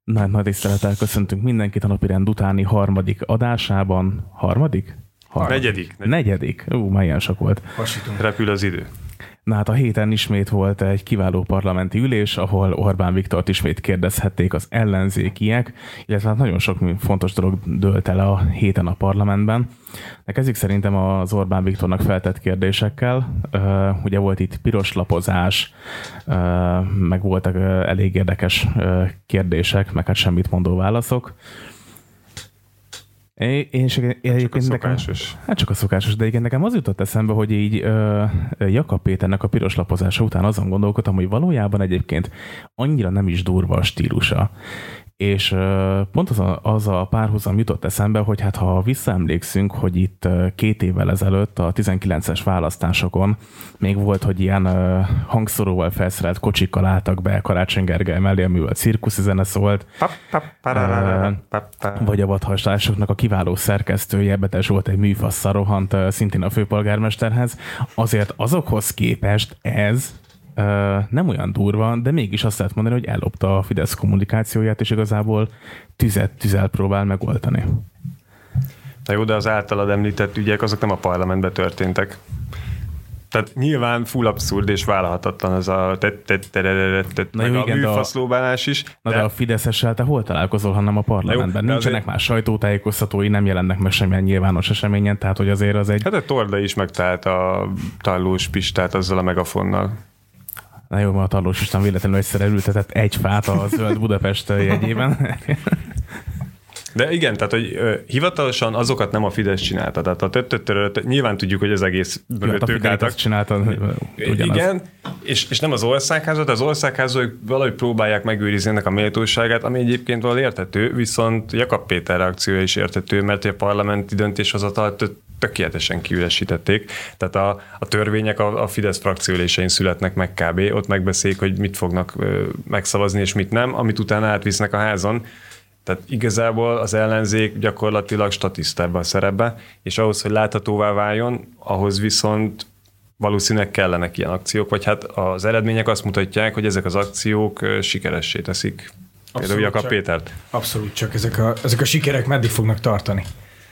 Nagy tisztelettel köszöntünk mindenkit a napirend utáni harmadik adásában. Harmadik? Negyedik. Már ilyen sok volt. Hasítunk. Repül az idő. Na hát a héten ismét volt egy kiváló parlamenti ülés, ahol Orbán Viktort ismét kérdezhették az ellenzékiek, illetve hát nagyon sok fontos dolog dőlt el a héten a parlamentben. De kezdjük szerintem az Orbán Viktornak feltett kérdésekkel. Ugye volt itt piros lapozás, meg voltak elég érdekes kérdések, meg hát semmit mondó válaszok. Csak a szokásos. Csak a szokásos, de egyébként nekem az jutott eszembe, hogy így Jakab Péternek a piros lapozása után azon gondolkodtam, hogy valójában egyébként annyira nem is durva a stílusa. És pont az a párhuzam jutott eszembe, hogy hát ha visszaemlékszünk, hogy itt 2 évvel ezelőtt a 19-es választásokon még volt, hogy ilyen hangszoróval felszerelt kocsikkal álltak be Karácsony Gergely mellé, amivel cirkuszi zene szólt, vagy a vadhastlásoknak a kiváló szerkesztője, Betes volt egy műfasszal rohant szintén a főpolgármesterhez. Azért azokhoz képest ez nem olyan durva, de mégis azt lehet mondani, hogy ellopta a Fidesz kommunikációját, és igazából tüzel próbál megoldani. Na jó, de az általad említett ügyek, azok nem a parlamentben történtek. Tehát nyilván full abszurd és vállalhatatlan az a műfaszlóbálás is. Na de a Fideszessel te hol találkozol, hanem a parlamentben? Nincsenek már sajtótájékoztatói, nem jelennek meg semmilyen nyilvános eseményen, tehát hogy azért az egy... Hát a Torda is megtalált a Tallós Pistát azzal a megafonnal. Na jó, mert a Tallós István véletlenül egyszer elültetett egy fát a Zöld Budapest jegyében. De igen, tehát hogy hivatalosan azokat nem a Fidesz csinálta. Tehát nyilván tudjuk, hogy az egész mögöttük álltak. Igen, és nem az országházat, az országházók valahogy próbálják megőrizni ennek a méltóságát, ami egyébként valahol érthető, viszont Jakab Péter reakciója is érthető, mert a parlamenti döntéshozatalt tökéletesen kiüresítették. Tehát a törvények a Fidesz frakcióülésein születnek meg kb. Ott megbeszélik, hogy mit fognak megszavazni és mit nem, amit utána átvisznek a házon. Tehát igazából az ellenzék gyakorlatilag statiszta ebben a szerepben, és ahhoz, hogy láthatóvá váljon, ahhoz viszont valószínűleg kellenek ilyen akciók, vagy hát az eredmények azt mutatják, hogy ezek az akciók sikeressé teszik. Például Jakab Pétert. Abszolút, csak ezek a sikerek meddig fognak tartani?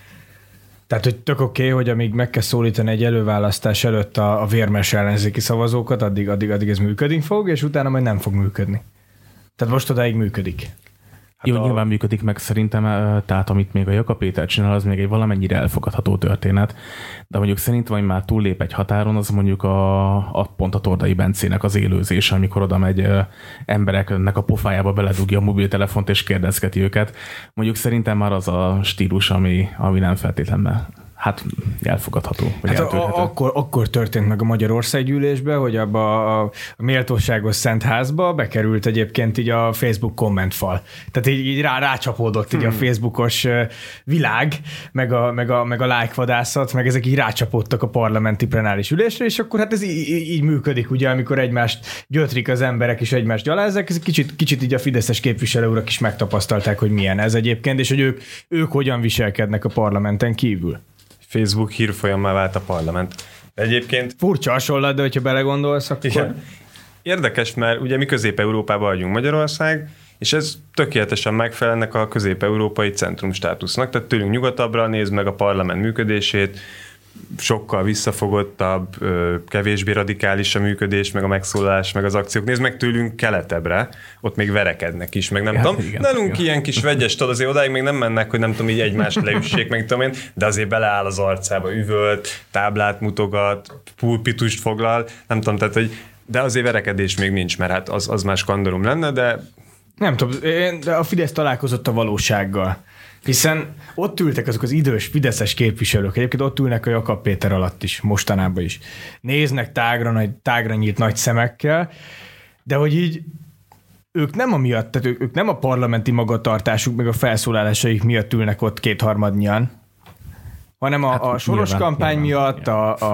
Tehát, hogy tök oké, hogy amíg meg kell szólítani egy előválasztás előtt a vérmes ellenzéki szavazókat, addig ez működni fog, és utána majd nem fog működni. Tehát most odáig működik. Jó, nyilván működik meg szerintem, tehát amit még a Jakab Péter csinál, az még egy valamennyire elfogadható történet, de mondjuk szerintem, hogy már túllép egy határon, az mondjuk pont a Tordai Bencének az élőzése, amikor oda megy embereknek a pofájába beledugja a mobiltelefont és kérdezgeti őket. Mondjuk szerintem már az a stílus, ami nem feltétlenül hát elfogadható. Hát akkor történt meg a Magyarországgyűlésben, hogy abba a méltóságos Szent Házba bekerült egyébként így a Facebook kommentfal. Tehát így rácsapódott így a Facebookos világ, meg a like-vadászat, meg ezek így rácsapódtak a parlamenti plenáris ülésre, és akkor hát ez így működik, ugye, amikor egymást gyötrik az emberek és egymást gyalázzák, ez kicsit így a fideszes képviselő urak is megtapasztalták, hogy milyen ez egyébként, és hogy ők hogyan viselkednek a parlamenten kívül. Facebook hírfolyammá vált a parlament. Egyébként... Furcsa hasonlat, de hogyha belegondolsz, akkor... Igen. Érdekes, mert ugye mi Közép-Európában vagyunk, Magyarország, és ez tökéletesen megfelel ennek a közép-európai centrum státusznak. Tehát tőlünk nyugatabbra nézd meg a parlament működését, sokkal visszafogottabb, kevésbé radikális a működés, meg a megszólalás, meg az akciók. Nézd meg tőlünk keletebbre, ott még verekednek is, meg nem tudom. Nálunk ilyen kis vegyes, tudod, azért odáig még nem mennek, hogy nem tudom, így egymást leüssék, meg tudom én, de azért beleáll az arcába, üvölt, táblát mutogat, pulpitust foglal, nem tudom, tehát, hogy de azért verekedés még nincs, mert hát az már skandarum lenne, de... Nem tudom, de a Fidesz találkozott a valósággal. Hiszen ott ültek azok az idős fideszes képviselők, egyébként ott ülnek a Jakab Péter alatt is, mostanában is. Néznek tágra nyílt nagy szemekkel, de hogy így ők nem amiatt, tehát ők nem a parlamenti magatartásuk, meg a felszólalásaik miatt ülnek ott kétharmadnyian, hanem a Soros kampány miatt,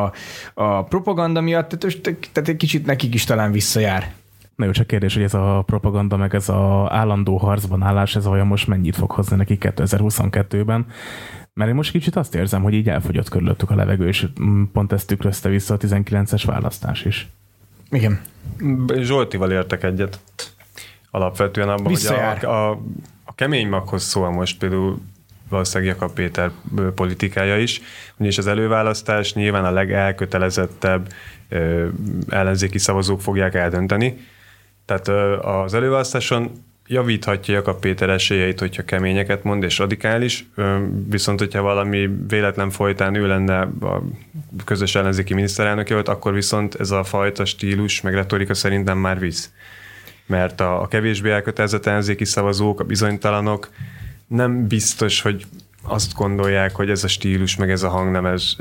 a propaganda miatt, tehát egy kicsit nekik is talán visszajár. Na jó, csak kérdés, hogy ez a propaganda, meg ez az állandó harcban állás, ez olyan most mennyit fog hozni neki 2022-ben? Mert én most kicsit azt érzem, hogy így elfogyott körülöttük a levegő, és pont ezt tükrözte vissza a 19-es választás is. Igen. Zsoltival értek egyet. alapvetően abban, hogy a kemény maghoz szól most például valószínűleg Jakab Péter politikája is, ugyanis az előválasztás nyilván a legelkötelezettebb ellenzéki szavazók fogják eldönteni. Tehát az előválasztáson javíthatja Jakab Péter esélyeit, hogyha keményeket mond és radikális, viszont hogyha valami véletlen folytán ő lenne a közös ellenzéki miniszterelnök jelölt, akkor viszont ez a fajta stílus, meg retorika szerintem már visz. Mert a kevésbé elkötelezett ellenzéki szavazók, a bizonytalanok nem biztos, hogy azt gondolják, hogy ez a stílus, meg ez a hangnem,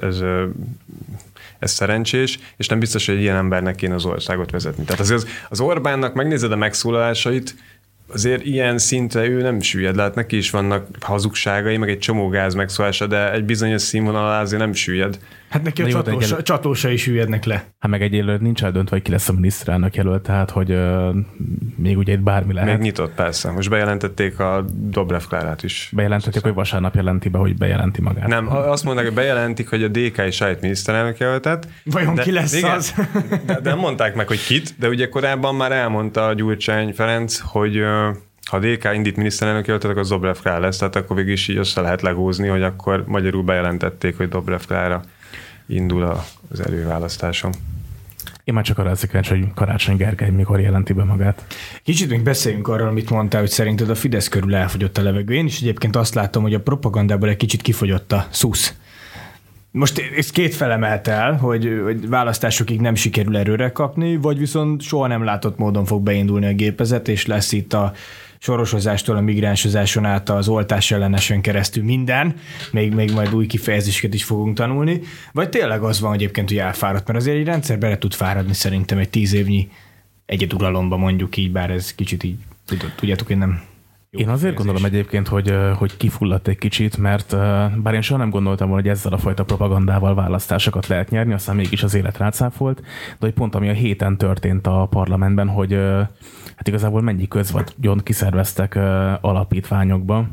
ez szerencsés, és nem biztos, hogy ilyen embernek kéne az országot vezetni. Tehát azért az Orbánnak megnézed a megszólalásait, azért ilyen szintre ő nem süllyed, lehet neki is vannak hazugságai, meg egy csomó gáz megszólása, de egy bizonyos színvonal azért nem süllyed. Hát neki a csatósa is süllyednek le. Hát meg egyelőre nincs eldöntve, hogy ki lesz a miniszterelnök jelölt, tehát hogy még ugye itt bármi lehet. Még nyitott, persze. Most bejelentették a Dobrev Klárát is. Bejelentették, hogy vasárnap jelenti be, hogy bejelenti magát. Nem, azt mondták, hogy bejelentik, hogy a DK is állít miniszterelnök jelöltet. Vajon ki lesz igen, az? De nem mondták meg, hogy kit, de ugye korábban már elmondta Gyurcsány Ferenc, hogy ha a DK indít miniszterelnök jelöltet, akkor az Dobrev Klár lesz, tehát akkor végig is így össze lehet legózni, hogy akkor magyarul bejelentették, hogy Dobrev Klára indul az előválasztáson. Én már csak arra kíváncsi, hogy Karácsony Gergely mikor jelenti be magát. Kicsit még beszéljünk arról, amit mondtál, hogy szerinted a Fidesz körül elfogyott a levegő. Én is egyébként azt látom, hogy a propagandából egy kicsit kifogyott a szusz. Most ez két felemelt el, hogy választásokig nem sikerül erőre kapni, vagy viszont soha nem látott módon fog beindulni a gépezet, és lesz itt a sorosozástól a migránsozáson át az oltás ellenesen keresztül minden, még majd új kifejezéseket is fogunk tanulni, vagy tényleg az van egyébként, hogy elfáradt, mert azért egy rendszer bele tud fáradni szerintem egy 10 évnyi egyeduralomba mondjuk így, bár ez kicsit így, tudjátok, én nem... Én azért gondolom egyébként, hogy kifulladt egy kicsit, mert bár én soha nem gondoltam volna, hogy ezzel a fajta propagandával választásokat lehet nyerni, aztán mégis az élet rácáfolt, de hogy pont ami a héten történt a parlamentben, hogy hát igazából mennyi közvagyon kiszerveztek alapítványokba.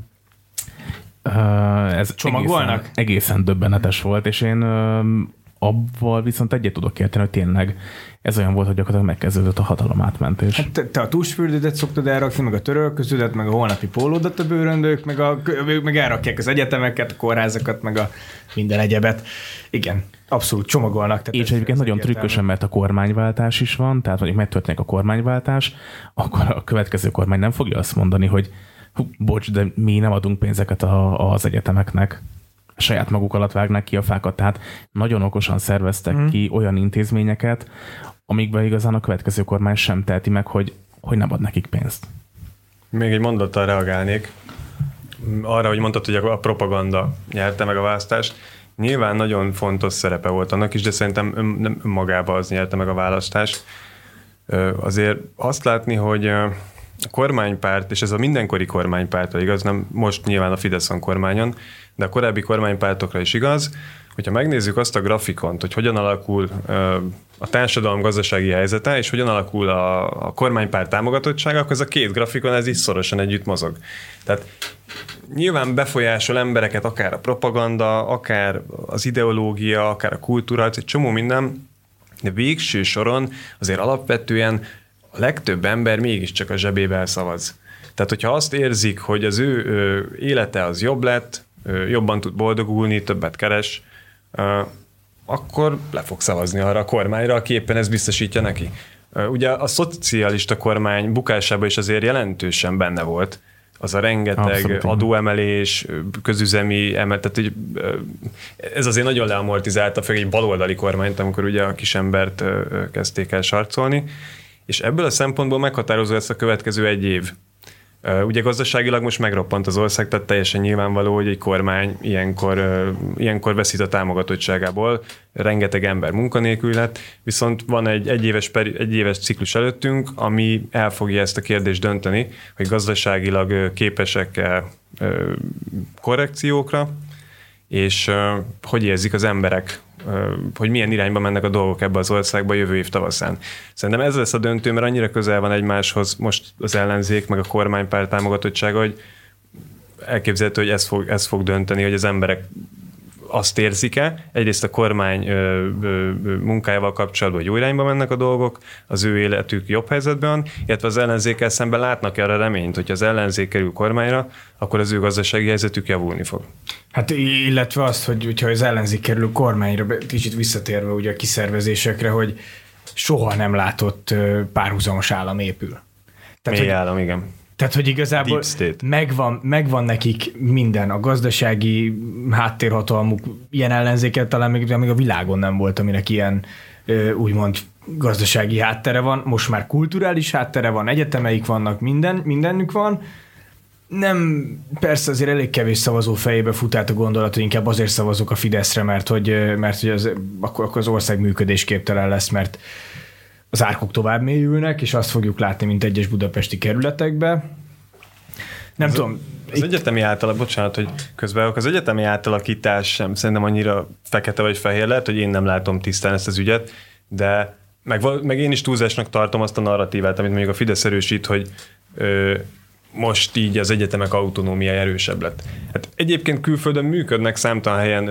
Ez egészen döbbenetes volt, és én abban viszont egyet tudok érteni, hogy tényleg ez olyan volt, hogy gyakorlatilag megkezdődött a hatalomátmentés. Hát te a tusfürdődet szoktad elrakni, meg a törölköződet, meg a holnapi pólódat a bőröndők, meg elrakják az egyetemeket, a kórházakat, meg a minden egyebet. Igen, abszolút csomagolnak. És egyébként nagyon trükkösen, mert a kormányváltás is van, tehát mondjuk megtörténik a kormányváltás, akkor a következő kormány nem fogja azt mondani, hogy bocs, de mi nem adunk pénzeket az egyetemeknek. Saját maguk alatt vágnák ki a fákat, tehát nagyon okosan szerveztek ki olyan intézményeket, amikben igazán a következő kormány sem teheti meg, hogy nem ad nekik pénzt. Még egy mondattal reagálnék. Arra, hogy mondtad, hogy a propaganda nyerte meg a választást, nyilván nagyon fontos szerepe volt annak is, de szerintem nem magában az nyerte meg a választást. Azért azt látni, hogy a kormánypárt, és ez a mindenkori kormánypártra igaz, nem most nyilván a Fidesz van kormányon, de a korábbi kormánypártokra is igaz, hogyha megnézzük azt a grafikont, hogy hogyan alakul a társadalom gazdasági helyzete, és hogyan alakul a kormánypárt támogatottsága, akkor ez a két grafikon ez is szorosan együtt mozog. Tehát nyilván befolyásol embereket akár a propaganda, akár az ideológia, akár a kultúra, egy csomó minden, de végső soron azért alapvetően a legtöbb ember mégiscsak a zsebével szavaz. Tehát, hogyha azt érzik, hogy az ő élete az jobb lett, jobban tud boldogulni, többet keres, akkor le fog szavazni arra a kormányra, aki éppen ezt biztosítja neki. Ugye a szocialista kormány bukásában is azért jelentősen benne volt az a rengeteg abszolút adóemelés, közüzemi tehát ez azért nagyon leamortizálta fel egy baloldali kormányt, amikor ugye a kisembert kezdték el sarcolni, és ebből a szempontból meghatározó lesz a következő egy év. Ugye gazdaságilag most megroppant az ország, tehát teljesen nyilvánvaló, hogy egy kormány ilyenkor veszít a támogatottságából, rengeteg ember munkanélkül lett, viszont van egy éves ciklus előttünk, ami el fogja ezt a kérdést dönteni, hogy gazdaságilag képesek-e korrekciókra, és hogy érzik az emberek, hogy milyen irányba mennek a dolgok ebbe az országba jövő év tavaszán. Szerintem ez lesz a döntő, mert annyira közel van egymáshoz most az ellenzék, meg a kormánypárt támogatottsága, hogy elképzelhető, hogy ez fog dönteni, hogy az emberek azt érzik-e, egyrészt a kormány munkájával kapcsolatban, hogy jó irányba mennek a dolgok, az ő életük jobb helyzetben van, illetve az ellenzékkel szemben látnak arra reményt, hogy az ellenzék kerül kormányra, akkor az ő gazdasági helyzetük javulni fog. Hát illetve azt, hogyha az ellenzék kerül kormányra, kicsit visszatérve ugye a kiszervezésekre, hogy soha nem látott párhuzamos állam épül. Mély állam, igen. Tehát, hogy igazából megvan nekik minden, a gazdasági háttérhatalmuk, ilyen ellenzéket talán még a világon nem volt, aminek ilyen úgymond gazdasági háttere van, most már kulturális háttere van, egyetemeik vannak, mindenük van. Nem, persze azért elég kevés szavazó fejébe fut át a gondolat, hogy inkább azért szavazok a Fideszre, mert hogy akkor az ország működésképtelen lesz, mert az árkok tovább mélyülnek, és azt fogjuk látni, mint egyes budapesti kerületekben. Nem tudom. Az egyetemi bocsánat, hogy közben az egyetemi átalakítás sem szerintem annyira fekete vagy fehér, lehet, hogy én nem látom tisztán ezt az ügyet, de meg én is túlzásnak tartom azt a narratívát, amit mondjuk a Fidesz erősít, hogy most így az egyetemek autonómiája erősebb lett. Hát egyébként külföldön működnek számtalan helyen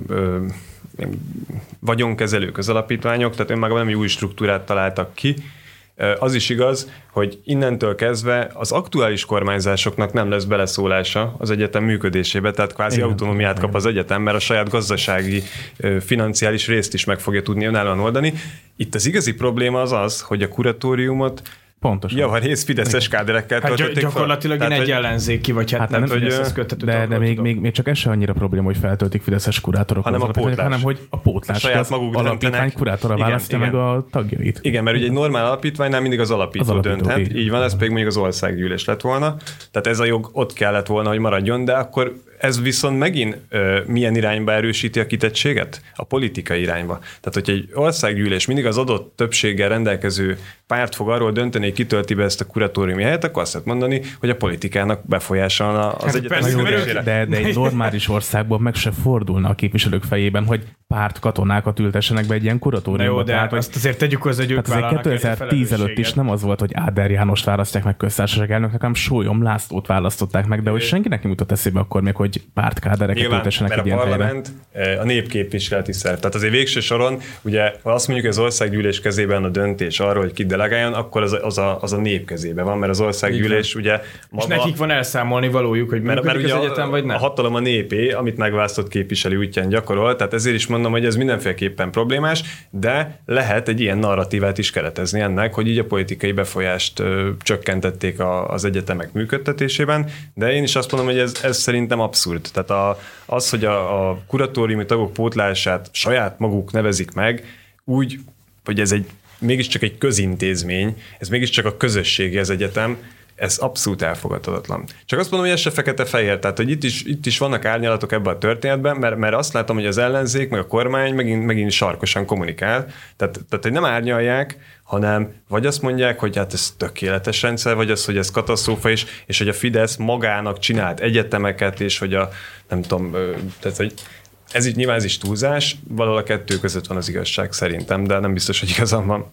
vagyonkezelő közalapítványok, tehát önmagában nem új struktúrát találtak ki. Az is igaz, hogy innentől kezdve az aktuális kormányzásoknak nem lesz beleszólása az egyetem működésébe, tehát kvázi autonómiát kap az egyetem, mert a saját gazdasági, financiális részt is meg fogja tudni önállóan oldani. Itt az igazi probléma az, hogy a kuratóriumot pontosan. Javarész fideszes káderekkel töltötték gyakorlatilag én egy ellenzéki, vagy hát nem Fideszhez köthető. De még csak ez sem annyira probléma, hogy feltöltik fideszes kurátorok, hanem hogy a pótlás. A saját maguk alapítvány kurátora választja meg a tagjait. Igen, mert ugye egy normál alapítványnál mindig az alapító dönthet. Így van, ez pedig mondjuk az országgyűlés lett volna. Tehát ez a jog ott kellett volna, hogy maradjon, de akkor ez viszont megint milyen irányba erősíti a kitettséget? A politikai irányba. Tehát, hogyha egy országgyűlés mindig az adott többséggel rendelkező párt fog arról dönteni, hogy kitölti be ezt a kuratóriumi helyet, akkor azt lehet mondani, hogy a politikának befolyásolna az egyetem működésére. De egy normális országban meg se fordulna a képviselők fejében, hogy párt katonákat ültessenek be egy ilyen kuratóriumba. Jó, de tehát, azt azért tegyük hozzá, hogy ők vállalnak 2010 előtt is nem az volt, hogy Áder Jánost választják meg köztársaság elnöknek, hanem Sólyom Lászlót választották meg, de hogy senkinek nem jutott eszébe akkor még, hogy pártkádereket ültessenek egy ilyen helyre. Mert a parlament a népképviseleti szerv. Tehát azért végső soron, ugye, ha azt mondjuk, hogy az országgyűlés kezében a döntés arról, hogy ki delegáljon, akkor az a nép kezében van, mert az országgyűlés ugye maga... És nekik van elszámolni valójuk, hogy működik az egyetem, vagy nem? A hatalom a népé, amit megválasztott képviselő útján gyakorol, tehát ezért is mondom, hogy ez mindenféleképpen problémás, de lehet egy ilyen narratívát is keretezni ennek, hogy így a politikai befolyást csökkentették az egyetemek működtetésében, de én is azt mondom, hogy ez szerintem abszurd. Tehát az, hogy a kuratóriumi tagok pótlását saját maguk nevezik meg, úgy, hogy ez mégiscsak egy közintézmény, ez mégiscsak a közösségi az egyetem, ez abszolút elfogadhatatlan. Csak azt mondom, hogy ez se fekete-fehér, tehát hogy itt is vannak árnyalatok ebben a történetben, mert azt látom, hogy az ellenzék, meg a kormány megint sarkosan kommunikál, tehát hogy nem árnyalják, hanem vagy azt mondják, hogy hát ez tökéletes rendszer, vagy az, hogy ez katasztrófa is, és hogy a Fidesz magának csinált egyetemeket, és hogy nem tudom, tehát hogy nyilván ez is túlzás, valahol a kettő között van az igazság szerintem, de nem biztos, hogy igazam van.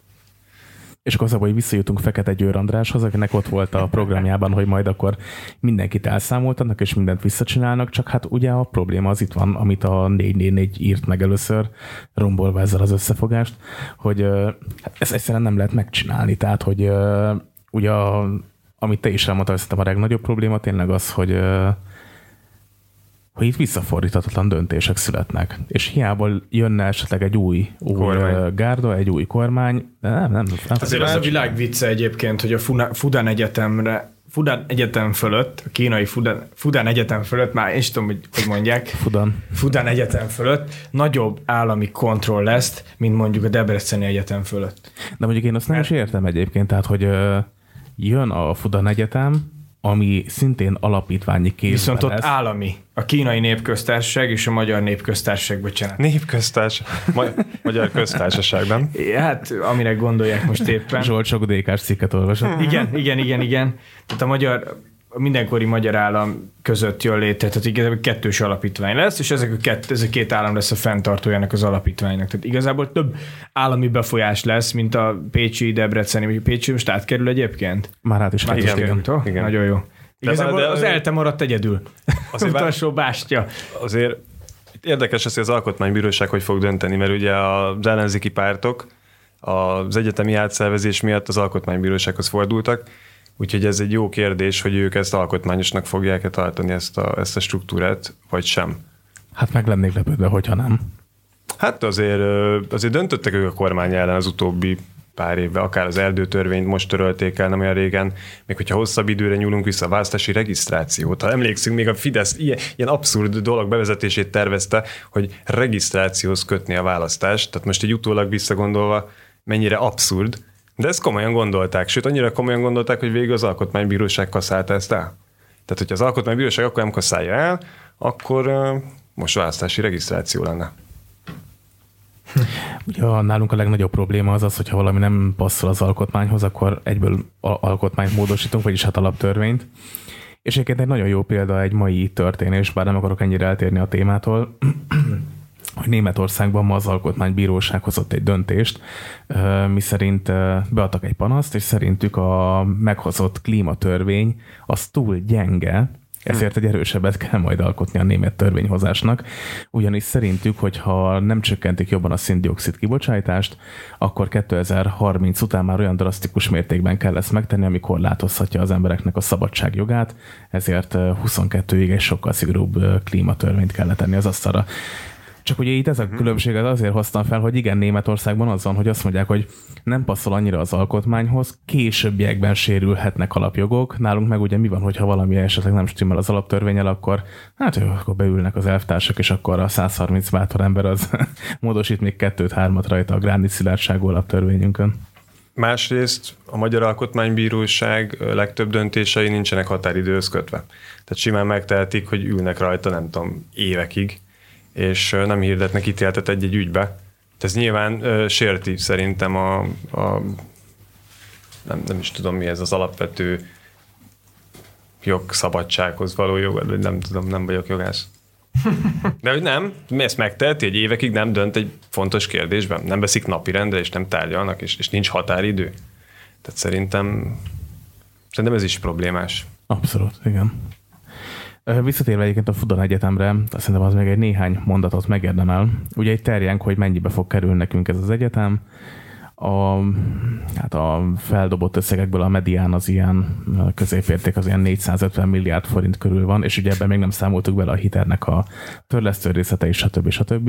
És akkor hogy visszajutunk Fekete Győr Andráshoz, akinek ott volt a programjában, hogy majd akkor mindenkit elszámoltatnak, és mindent visszacsinálnak, csak hát ugye a probléma az itt van, amit a 444 írt meg először, rombolva ezzel az összefogást, hogy ezt egyszerűen nem lehet megcsinálni. Tehát, hogy ugye amit te is elmondtál, szerintem a legnagyobb probléma tényleg az, hogy itt visszafordíthatatlan döntések születnek. És hiába jönne esetleg egy új gárda, egy új kormány, nem. Azért az a világ vicce egyébként, hogy a Fudan Egyetem fölött, a kínai Fudan Egyetem fölött, már én is tudom, hogy mondják, Fudan Egyetem fölött nagyobb állami kontroll lesz, mint mondjuk a Debreceni Egyetem fölött. De mondjuk én azt nem is értem egyébként, tehát, hogy jön a Fudan Egyetem, ami szintén alapítványi kézben viszont ott állami. A Kínai Népköztársaság és a Magyar Népköztársaság, bocsánat. Népköztársaság? Magyar köztársaságban. Hát, amire gondolják most éppen. Zsolt sok DK-s cikket olvasott. Igen. Tehát a mindenkori magyar állam között jön létre, tehát igazából kettős alapítvány lesz, és ez a két állam lesz a fenntartójának az alapítványnak. Tehát igazából több állami befolyás lesz, mint a pécsi, debreceni, vagy Pécsi most átkerül egyébként? Már át is igen. Nagyon jó. Igazából az ELTE maradt egyedül. Az utolsó bástya. Azért Érdekes az, hogy az alkotmánybíróság hogy fog dönteni, mert ugye az ellenzéki pártok az egyetemi átszervezés miatt az alkotmánybírósághoz fordultak, úgyhogy ez egy jó kérdés, hogy ők ezt alkotmányosnak fogják-e tartani ezt a struktúrát, vagy sem. Hát meg lennék lepődve, hogyha nem. Hát azért döntöttek ők a kormány ellen az utóbbi pár évben, akár az erdőtörvényt most törölték el nem olyan régen, még hogyha hosszabb időre nyúlunk vissza a választási regisztrációt. Ha emlékszünk, még a Fidesz ilyen abszurd dolog bevezetését tervezte, hogy regisztrációhoz kötni a választást, tehát most egy utólag visszagondolva mennyire abszurd, de ezt komolyan gondolták, sőt annyira komolyan gondolták, hogy végül az alkotmánybíróság kasszálta ezt el. Tehát, hogyha az alkotmánybíróság akkor nem kasszálja el, akkor most választási regisztráció lenne. Ugye nálunk a legnagyobb probléma az, hogyha valami nem passzol az alkotmányhoz, akkor egyből alkotmányt módosítunk, vagyis hát alaptörvényt. És egyébként egy nagyon jó példa egy mai történés, bár nem akarok ennyire eltérni a témától, hogy Németországban ma az alkotmánybíróság hozott egy döntést, miszerint beadtak egy panaszt, és szerintük a meghozott klímatörvény az túl gyenge, ezért egy erősebbet kell majd alkotni a német törvényhozásnak, ugyanis szerintük, hogyha nem csökkentik jobban a szén-dioxid kibocsátást, akkor 2030 után már olyan drasztikus mértékben kell ezt megtenni, ami korlátozhatja az embereknek a szabadságjogát, ezért 22-ig egy sokkal szigorúbb klímatörvényt kell tenni az asztalra. Csak ugye itt ez a különbséget azért hoztam fel, hogy igen, Németországban az van, hogy azt mondják, hogy nem passzol annyira az alkotmányhoz, későbbiekben sérülhetnek alapjogok. Nálunk meg ugye mi van, hogyha valami esetleg nem stimmel az alaptörvénnyel, akkor akkor beülnek az elvtársak, és akkor a 130 bátor ember az módosít még 2-3 rajta a Grándi szilárdságú alaptörvényünkön. Másrészt a Magyar Alkotmánybíróság legtöbb döntései nincsenek határidőhöz kötve. Tehát simán megtehetik, hogy ülnek rajta, nem tudom, évekig, és nem hirdetnek ítéletet egy-egy ügybe. Ez nyilván sérti szerintem nem is tudom mi ez az alapvető jogszabadsághoz való jog, nem tudom, nem vagyok jogász. De hogy nem, ezt megteheti, hogy évekig nem dönt egy fontos kérdésben, nem veszik napirendre, és nem tárgyalnak, és nincs határidő. Tehát szerintem ez is problémás. Abszolút, igen. Visszatérve egyébként a Fudan Egyetemre, szerintem az még egy néhány mondatot megérdemel. Ugye itt terjeng, hogy mennyibe fog kerülni nekünk ez az egyetem. A feldobott összegekből a medián az ilyen középérték az ilyen 450 milliárd forint körül van, és ugye ebben még nem számoltuk bele a hitelnek a törlesztő részletei, stb.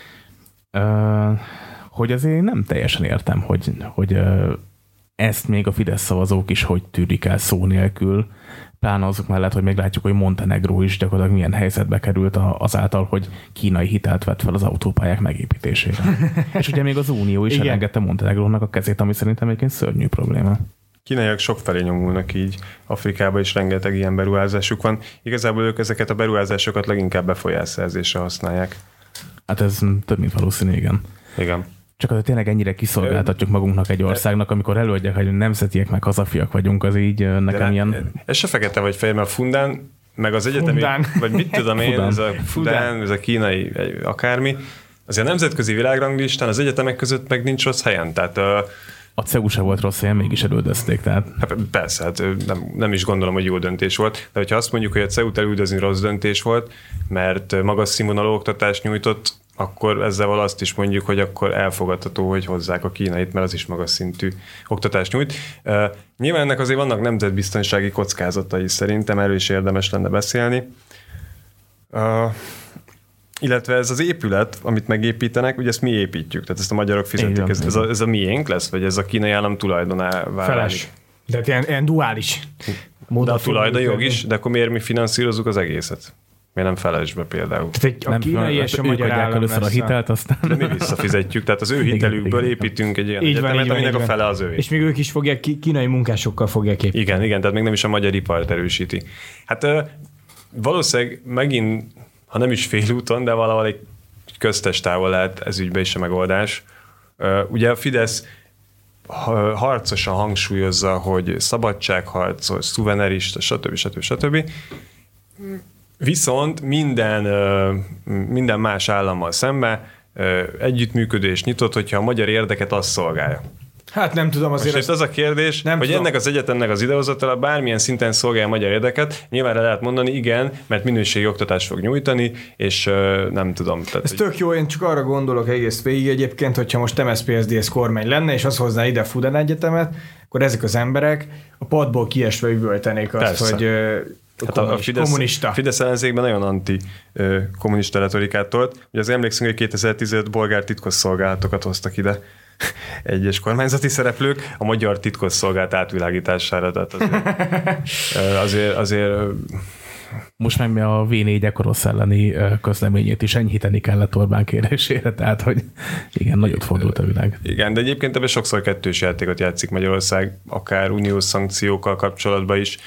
Hogy azért nem teljesen értem, hogy ezt még a Fidesz szavazók is hogy tűrik el szó nélkül, pláne azok mellett, hogy még látjuk, hogy Montenegró is gyakorlatilag milyen helyzetbe került azáltal, hogy kínai hitelt vett fel az autópályák megépítésére. És ugye még az Unió is elengedte Montenegrónak a kezét, ami szerintem egyébként szörnyű probléma. Kínaiak sokfelé nyomulnak így, Afrikában is rengeteg ilyen beruházásuk van. Igazából ők ezeket a beruházásokat leginkább befolyásszerzésre használják. Hát ez több mint valószínű, igen. Igen. Csak azért tényleg ennyire kiszolgáltatjuk magunknak egy országnak, amikor előadják, hogy nemzetiek meg hazafiak vagyunk, az így nekem ilyen... Ez se fekete vagy fehér, mert a Fundán, meg az egyetemi, vagy mit tudom én, ez a Fundán, ez a kínai akármi, azért a nemzetközi világranglistán az egyetemek között meg nincs rossz helyen, tehát... A CEU se volt rossz helyen, mégis elüldözték, tehát... Hát persze, hát nem is gondolom, hogy jó döntés volt, de hogyha azt mondjuk, hogy a CEU-t elüldözni rossz döntés volt, mert magas színvonalú oktatást nyújtott, akkor ezzel azt is mondjuk, hogy akkor elfogadható, hogy hozzák a kínait, mert az is magas szintű oktatást nyújt. Nyilván ennek azért vannak nemzetbiztonsági kockázatai szerintem, erről is érdemes lenne beszélni. Illetve ez az épület, amit megépítenek, ugye ezt mi építjük, tehát ezt a magyarok fizetik. Ez a miénk lesz, vagy ez a kínai állam tulajdonává feles. De ilyen duális. De a tulajdonjog is, de akkor miért mi finanszírozzuk az egészet? Miért nem felesbe például? Tehát a kínai és a magyar állam először a hitelt, aztán... De mi visszafizetjük, tehát az ő hitelükből építünk egy olyan egyetemet, aminek a fele az ő. És még ők is fogják, kínai munkásokkal fogják építeni. Igen, tehát még nem is a magyar ipart erősíti. Hát valószínűleg megint, ha nem is félúton, de valahol egy köztes távol lehet ez ügyben is a megoldás. Ugye a Fidesz harcosan hangsúlyozza, hogy szabadságharcos, szuvenerista, stb. Viszont minden más állammal szemben együttműködés nyitott, hogyha a magyar érdeket azt szolgálja. Hát nem tudom, azért... Most az a kérdés, hogy ennek az egyetemnek az idehozatala bármilyen szinten szolgálja a magyar érdeket, nyilván lehet mondani, igen, mert minőségi oktatást fog nyújtani, és nem tudom. Tehát, ez tök jó, én csak arra gondolok egész végig egyébként, hogyha most MSZP-SZDSZ kormány lenne, és az hozná ide a Fudan Egyetemet, akkor ezek az emberek a padból kiesve üvöltenék azt, persze, hogy hát a Fidesz ellenzékben nagyon anti-kommunista retorikát tolt. Ugye az emlékszünk, hogy 2015 bolgár titkosszolgálatokat hoztak ide egyes kormányzati szereplők a magyar titkosszolgálat átvilágítására. Tehát azért most meg a V4 Ekorosz elleni közleményét is enyhíteni kellett Orbán kérésére, tehát hogy igen, nagyot fordult a világ. Igen, de egyébként ebben sokszor kettős játékot játszik Magyarország, akár uniós szankciókkal kapcsolatban is,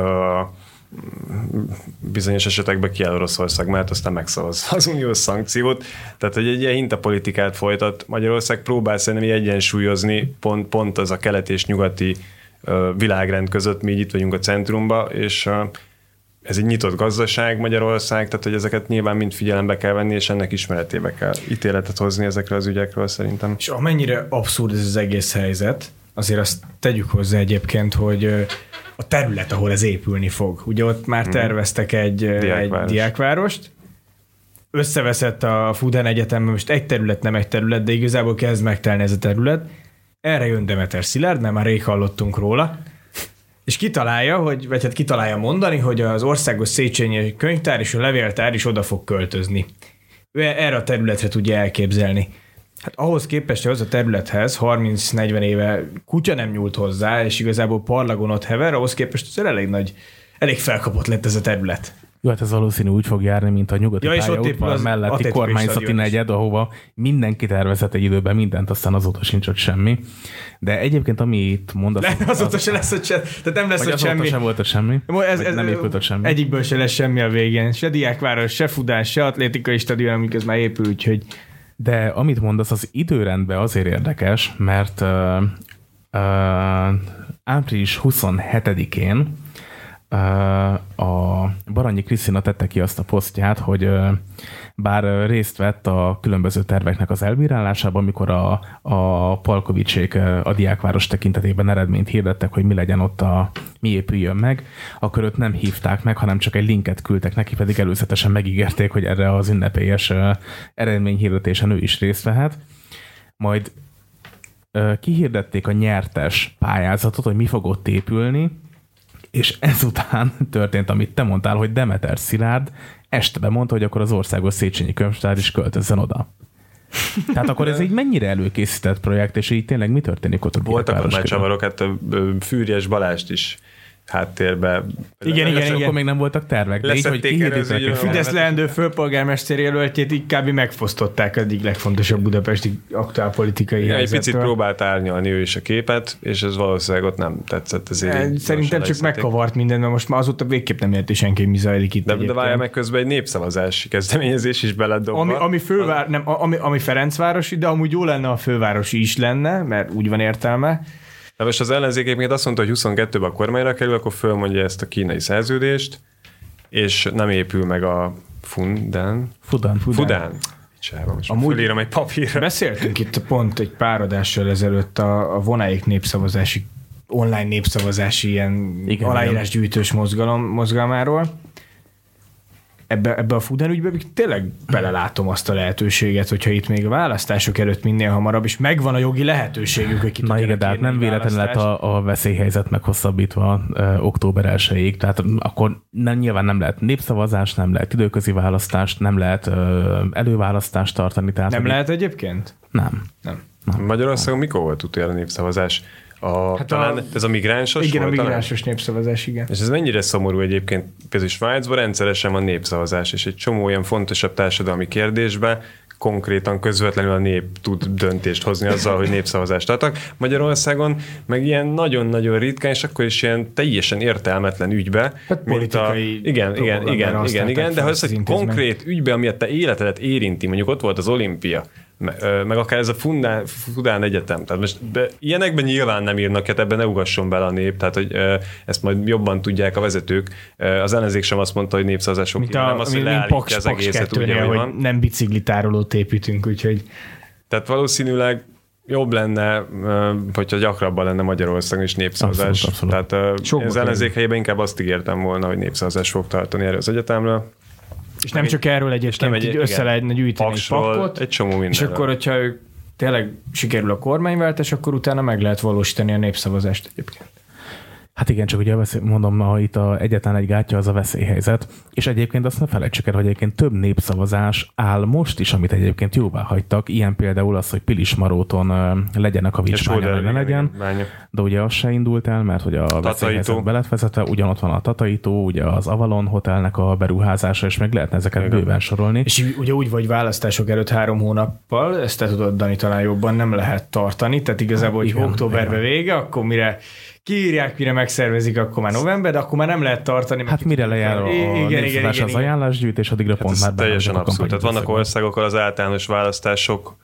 bizonyos esetekben kiáll Oroszország, mert aztán megszavazza az uniós szankciót. Tehát, hogy egy ilyen hintapolitikát folytat Magyarország, próbál szerintem egyensúlyozni pont az a keleti és nyugati világrend között, mi itt vagyunk a centrumba, és ez egy nyitott gazdaság Magyarország, tehát hogy ezeket nyilván mind figyelembe kell venni, és ennek ismeretébe kell ítéletet hozni ezekről az ügyekről szerintem. És amennyire abszurd ez az egész helyzet, azért azt tegyük hozzá egyébként, hogy a terület, ahol ez épülni fog. Ugye ott már terveztek egy diákvárost, összeveszett a Fudan Egyetemben, most egy terület, nem egy terület, de igazából kezd megtelni ez a terület. Erre jön Demeter Szilárd, mert már rég hallottunk róla, és kitalálja mondani, hogy az Országos Széchenyi Könyvtár és a Levéltár is oda fog költözni. Ő erre a területre tudja elképzelni. Hát ahhoz képest, hogy az a területhez 30-40 éve kutya nem nyúlt hozzá, és igazából parlagon ott hever, ahhoz képest azért elég felkapott lett ez a terület. Jó, hát ez valószínű úgy fog járni, mint a nyugati pályaudvar melletti kormányzati negyed, ahova mindenki tervezett egy időben mindent, aztán azóta sincs ott semmi. De egyébként, amit mondasz... Azóta se lesz ott semmi. Tehát nem lesz ott semmi. Azóta sem volt ott semmi. Nem épült ott semmi. Egyikből se lesz semmi a végén. Se diákváros, se Fudán, se atlétikai stadion, amikhez már épül, úgyhogy... De amit mondasz, az időrendben azért érdekes, mert április 27-én a Baranyi Krisztina tette ki azt a posztját, hogy bár részt vett a különböző terveknek az elbírálásában, amikor a Palkovicsék a diákváros tekintetében eredményt hirdettek, hogy mi legyen ott, mi épüljön meg, akkor őt nem hívták meg, hanem csak egy linket küldtek neki, pedig előzetesen megígérték, hogy erre az ünnepélyes eredményhirdetésen ő is részt vehet. Majd kihirdették a nyertes pályázatot, hogy mi fog ott épülni, és ezután történt, amit te mondtál, hogy Demeter Szilárd este bemondta, hogy akkor az Országos Széchenyi Könyvtár is költözzen oda. Tehát akkor ez így mennyire előkészített projekt, és így tényleg mi történik ott a voltak már csavarok, hát Fűrjes Balást is háttérbe. Igen. Akkor még nem voltak tervek. De így, hogy a Fidesz leendő főpolgármester jelöltjét így kb. Megfosztották egyik legfontosabb budapesti aktuálpolitikai helyzetről. Egy picit próbált árnyalni ő is a képet, és ez valószínűleg ott nem tetszett. Szerintem csak megkavart minden, mert most már azóta végképp nem érti senki, mi zajlik itt. De várja meg, közben egy népszavazási kezdeményezés is beledobva. Ami Ferencvárosi, de amúgy jó lenne, a fővárosi is lenne, mert úgy van értelme. Na most az ellenzék egyébként azt mondta, hogy 22-ben a kormányra kerül, akkor fölmondja ezt a kínai szerződést, és nem épül meg a Fudan. Amúgy fölírom egy papírra. Beszéltünk itt pont egy pár adással ezelőtt a vonáik népszavazási, online népszavazási ilyen aláírásgyűjtős mozgalmáról. Ebbe a Fudan ügyben tényleg belelátom azt a lehetőséget, hogyha itt még a választások előtt minél hamarabb, és megvan a jogi lehetőségük, hogy ki tudjanak de hát nem véletlenül lett a veszélyhelyzet meghosszabbítva október 1-ig, tehát akkor nyilván nem lehet népszavazás, nem lehet időközi választást, nem lehet előválasztást tartani. Tehát nem lehet egyébként? Nem. Magyarországon mikor volt utoljára népszavazás? Ez a migránsos igen, volt, a migránsos népszavazás, igen. És ez mennyire szomorú egyébként, például Svájcban rendszeresen van népszavazás, és egy csomó olyan fontosabb társadalmi kérdésben konkrétan közvetlenül a nép tud döntést hozni azzal, hogy népszavazást adtak. Magyarországon meg ilyen nagyon-nagyon ritkán, és akkor is ilyen teljesen értelmetlen ügybe. Hát politikai igen, de ha ez egy konkrét ügybe, ami a te életedet érinti, mondjuk ott volt az olimpia, meg akár ez a Fudan Egyetem. Tehát most ilyenekben nyilván nem írnak, hát ebben ne ugasson bele a nép, tehát hogy ezt majd jobban tudják a vezetők. Az ellenzék sem azt mondta, hogy népszavazások, hanem azt, hogy leállítja az egészet úgy, hogy nem biciklitárolót építünk, úgyhogy... Tehát valószínűleg jobb lenne, hogyha gyakrabban lenne Magyarországon is népszavazás. Abszolút. Tehát az ellenzék helyében inkább azt ígértem volna, hogy népszavazás fog tartani erről az egyetemről. És nem csak erről egyébként, így össze lehetne gyűjteni egy pakkot, egy csomó mindenről. És akkor, hogyha tényleg sikerül a kormányváltás, akkor utána meg lehet valósítani a népszavazást egyébként. Hát igen, csak ugye mondom, ha itt egyetlen egy gátja az a veszélyhelyzet, és egyébként azt ne felejtsük el, hogy egyébként több népszavazás áll most is, amit egyébként jóvá hagytak, ilyen például az, hogy Pilismaróton legyenek a vizsgánya, ne legyen, de ugye az se indult el, mert hogy a veszélyhelyzet be lett vezetve, ugyanott van a Tataitó, ugye az Avalon Hotelnek a beruházása, és meg lehetne ezeket bőven sorolni. És ugye úgy vagy választások előtt 3 hónappal, ezt te tudod, Dani, talán jobban nem lehet tartani, tehát igazából, hogy októberbe vége, akkor mire kiírják, mire megszervezik, akkor már november, de akkor már nem lehet tartani. Hát mire lejár a népszavazás az ajánlásgyűjtés, addigra pont már teljesen abszolút. Tehát vannak országok, ahol az általános választások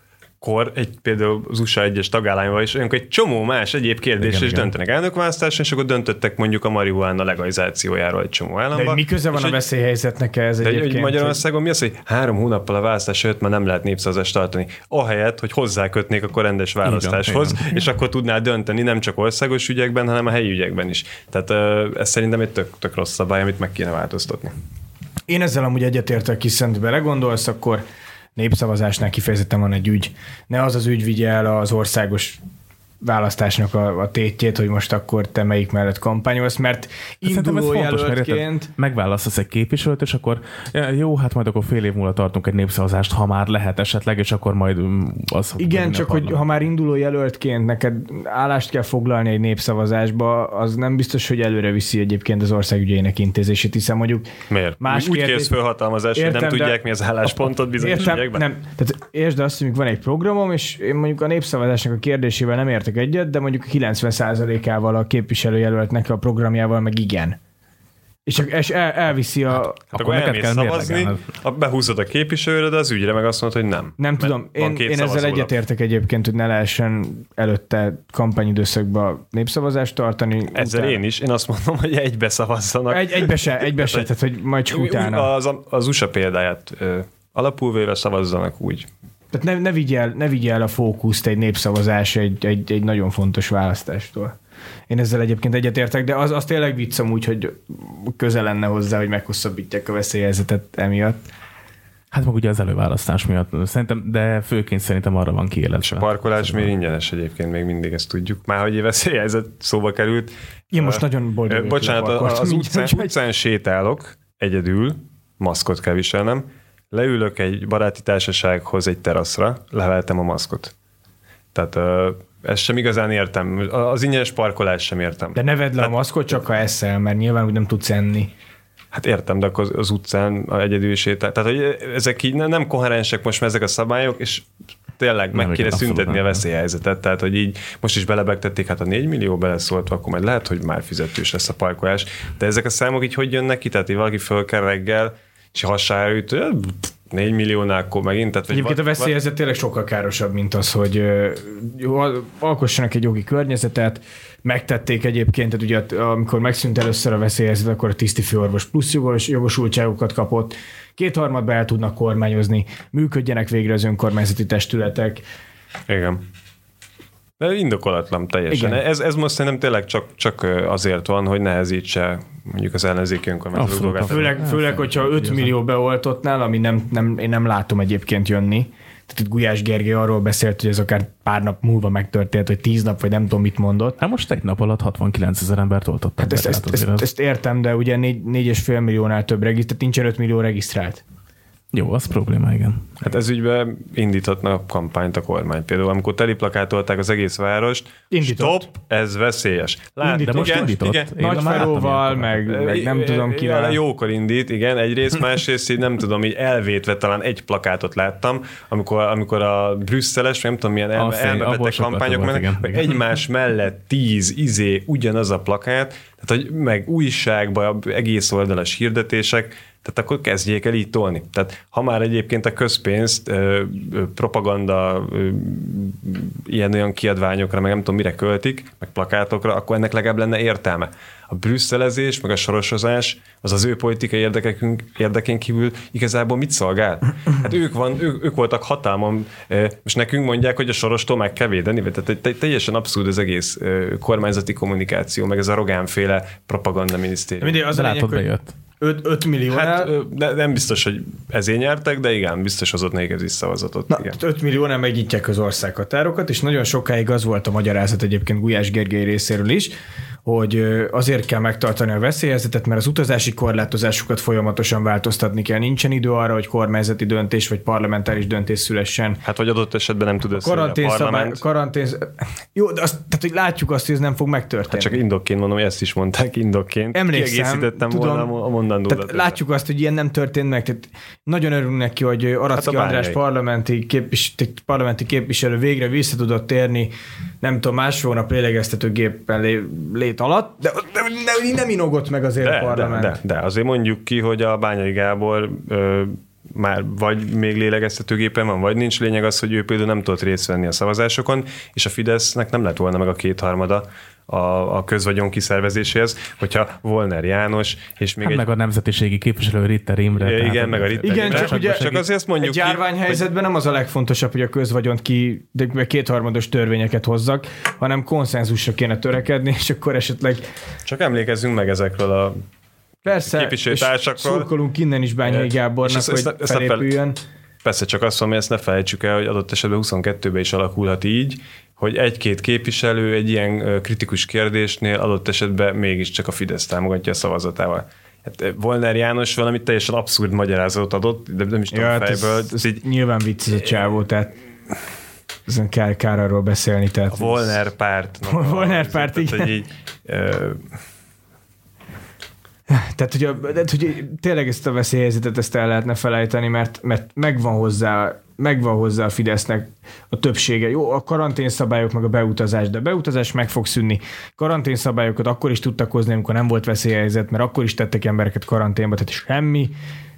például az USA egyes tagállamban is egy csomó más egyéb kérdésre is döntenek elnökválasztáson, és akkor döntöttek mondjuk a marihuána legalizációjáról egy csomó államban. De mi köze van a veszélyhelyzetnek ez egyébként? De Magyarországon mi az, hogy 3 hónappal a választás előtt már nem lehet népszavazást tartani, ahelyett, hogy hozzákötnék akkor rendes választáshoz, és akkor tudnál dönteni nem csak országos ügyekben, hanem a helyi ügyekben is. Tehát ez szerintem egy tök rossz szabály, amit meg kéne változtatni. Én ezzel amúgy egyetértek, hiszen belegondolsz, akkor népszavazásnál kifejezetten van egy ügy. Ne az ügy vigye el az országos választásnak a tétjét, hogy most akkor te melyik mellett kampányolsz, mert induló jelöltként... Megválasztasz egy képviselőt, és akkor jó, hát majd akkor fél év múlva tartunk egy népszavazást, ha már lehet esetleg, és akkor majd az... Igen, csak hogy ha már induló jelöltként neked állást kell foglalni egy népszavazásba, az nem biztos, hogy előre viszi egyébként az ország ügyeinek intézését, hiszen mondjuk... Miért? Úgy kérsz felhatalmazást, hogy nem tudják, mi az álláspontot bizonyos ügyekben? Nem. Tehát értsd azt, hogy van egy programom, és én mondjuk a népszavazásnak a kérdésével nem értek egyet, de mondjuk 90%-ával a képviselőjelöltnek a programjával meg igen. És elviszi a... Hát akkor elmész szavazni, behúzod a képviselőre, de az ügyre meg azt mondod, hogy nem. Nem tudom, én ezzel egyetértek egyébként, hogy ne lehessen előtte kampányidőszakban népszavazást tartani. Ezzel én is. Én azt mondom, hogy egybe szavazzanak. Egybe se, tehát hogy majd csak utána. Az USA példáját alapul véve szavazzanak úgy. Tehát ne vigye el a fókuszt egy népszavazás egy nagyon fontos választástól. Én ezzel egyébként egyetértek, de az tényleg vicc amúgy, hogy közel lenne hozzá, hogy meghosszabbítják a veszélyhelyzetet emiatt. Hát meg ugye az előválasztás miatt szerintem, de főként szerintem arra van kiélezve. És a parkolás még ingyenes egyébként, még mindig ezt tudjuk. Már hogy veszélyhelyzet szóba került. Én most nagyon boldog. Bocsánat, az utcán sétálok egyedül, maszkot kell viselnem, leülök egy baráti társasághoz egy teraszra, leveltem a maszkot. Tehát ezt sem igazán értem. Az ingyenes parkolás sem értem. De ne vedd le a maszkot, csak ha eszel, mert nyilván úgy nem tudsz enni. Hát értem, de akkor az utcán egyedül sétál. Tehát, hogy ezek így nem koherensek most ezek a szabályok, és tényleg meg kéne szüntetni a veszélyhelyzetet. Tehát, hogy így most is belebegtették, hát a 4 millió beleszóltva, akkor majd lehet, hogy már fizetős lesz a parkolás. De ezek a számok így hogy jönnek ki? Tehát, hogy valaki föl kell reggel, és hassára üt, 4 milliónál akkor megint. Tehát, egyébként a veszélyhelyzet tényleg sokkal károsabb, mint az, hogy alkossanak egy jogi környezetet, megtették egyébként, tehát ugye amikor megszűnt először a veszélyhelyzet, akkor a tisztifőorvos plusz jogosultságokat kapott, 2/3 el tudnak kormányozni, működjenek végre az önkormányzati testületek. Igen. De indokolatlan teljesen. Ez most szerintem tényleg csak azért van, hogy nehezítse mondjuk az ellenzéki önkormányzatok dolgát. Főleg, hogyha 5 millió beoltottnál, ami én nem látom egyébként jönni. Tehát itt Gulyás Gergely arról beszélt, hogy ez akár pár nap múlva megtörtént, hogy 10 nap, vagy nem tudom, mit mondott. Hát most egy nap alatt 69 000 embert oltottak. Hát ezt értem, de ugye 4,5 milliónál több regisztrált, nincsen 5 millió regisztrált. Jó, az probléma, igen. Hát ez ügyben indíthatna kampányt a kormány. Például amikor teliplakátolták az egész várost, stop, ez veszélyes. De most indított. Igen, Nagyferóval, meg nem tudom kivel. Jókor indít, igen, egyrészt, másrészt így nem tudom, így elvétve talán egy plakátot láttam, amikor a brüsszeles, nem tudom milyen elmebeteg kampányok mennek, hogy egymás mellett 10 ugyanaz a plakát, tehát hogy meg újságban egész oldalas hirdetések, Tehát akkor kezdjék el így tolni. Tehát ha már egyébként a közpénzt propaganda ilyen-olyan kiadványokra, meg nem tudom mire költik, meg plakátokra, akkor ennek legalább lenne értelme. A brüsszelezés, meg a sorosozás, az az ő politikai érdekén kívül igazából mit szolgál? Hát ők voltak hatalmon, és nekünk mondják, hogy a sorostól meg kell védeni, tehát teljesen abszurd az egész kormányzati kommunikáció, meg ez a Rogán-féle propaganda minisztérium. De látod, bejött. 5 millió. Hát nem biztos, hogy ezért nyertek, de igen, biztos hozott nekik ez visszavazatot. Na, 5 milliónál megnyitják az országhatárokat, és nagyon sokáig az volt a magyarázat egyébként Gulyás Gergely részéről is, hogy azért kell megtartani a veszélyhelyzetet, mert az utazási korlátozásokat folyamatosan változtatni kell. Nincsen idő arra, hogy kormányzati döntés vagy parlamentáris döntés szülessen. Hát, vagy adott esetben nem tud összejönni a parlament. Jó, de tehát, hogy látjuk azt, hogy ez nem fog megtörténni. Hát csak indokként mondom, hogy ezt is mondták, indokként. Emlékszem, volna a mondandódat. Látjuk azt, hogy ilyen nem történt meg. Tehát nagyon örülünk neki, hogy Aracki András parlamenti képviselő végre vissza tudott térni, nem tudom, másfél hónap lélegeztetőgéppen lét alatt, de nem inogott meg azért a parlament. De azért mondjuk ki, hogy a Bányai Gábor már vagy még lélegeztetőgépen van, vagy nincs. Lényeg az, hogy ő például nem tudott részt venni a szavazásokon, és a Fidesznek nem lett volna meg a 2/3 a közvagyon kiszervezéséhez, hogyha Volner János, és még meg a nemzetiségi képviselő Ritter Imre. Igen, meg a Ritter Imre. Csak azért azt mondjuk egy járványhelyzetben nem az a legfontosabb, hogy a közvagyont 2/3 törvényeket hozzak, hanem konszenzusra kéne törekedni, és akkor esetleg... Csak emlékezzünk meg ezekről a képviselőtársakról. Szurkolunk innen is Bányai Gábornak, hogy felépüljön. Persze, csak azt mondom, hogy ezt ne felejtsük el, hogy adott esetben 22-ben is alakulhat így, hogy egy-két képviselő egy ilyen kritikus kérdésnél adott esetben mégiscsak a Fidesz támogatja a szavazatával. Hát Volner János valamit teljesen abszurd magyarázatot adott, de nem is tudom fejből. Ez nyilván vicc ez a csávó, tehát ezen kár arról beszélni. Tehát a Volner párt. Volner párt, igen. Tehát, hogy tényleg ezt a veszélyhelyzetet ezt el lehetne felejteni, mert megvan hozzá a Fidesznek a többsége. Jó, a karanténszabályok meg a beutazás, de a beutazás meg fog szűnni. Karanténszabályokat akkor is tudtak hozni, amikor nem volt veszélyhelyzet, mert akkor is tettek embereket karanténba, tehát semmi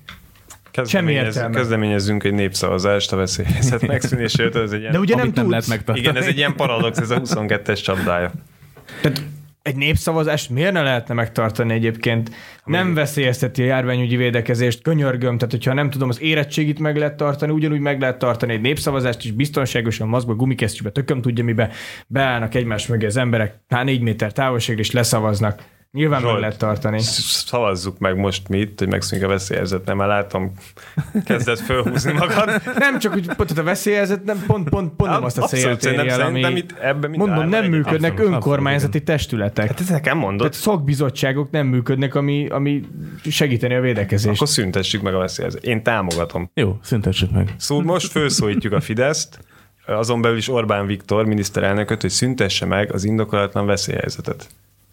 értelme. Kezdeményezzünk egy népszavazást a veszélyhelyzet megszűnéséért. De ugye nem lehet megtartani. Igen, ez egy ilyen paradox, ez a 22-es csapdája. Tehát egy népszavazást miért ne lehetne megtartani egyébként? Nem veszélyezteti a járványügyi védekezést, könyörgöm, tehát hogyha nem tudom, az érettségit meg lehet tartani, ugyanúgy meg lehet tartani egy népszavazást is biztonságosan, maszkba, gumikesztyűbe, tököm tudja mibe, beállnak egymás mögé az emberek, 4 méter távolságra és leszavaznak. Nyilván meg lehet tartani. Szavazzuk meg most mi itt, hogy megszűnik a veszélyhelyzet. Nem, már látom, kezdett fölhúzni magad. Nem csak, hogy pont a veszélyhelyzet, nem pont nem azt a célt érje el, ami... Mondom, nem működnek önkormányzati testületek. Hát ezt nekem mondod. Tehát szakbizottságok nem működnek, ami segíteni a védekezést. Akkor szüntessük meg a veszélyhelyzetet. Én támogatom. Jó, szüntessük meg. Szóval most felszólítjuk a Fideszt, azon belül is Orbán Viktor miniszterelnököt, hogy szüntesse meg az indokolatlan veszélyhelyzetet.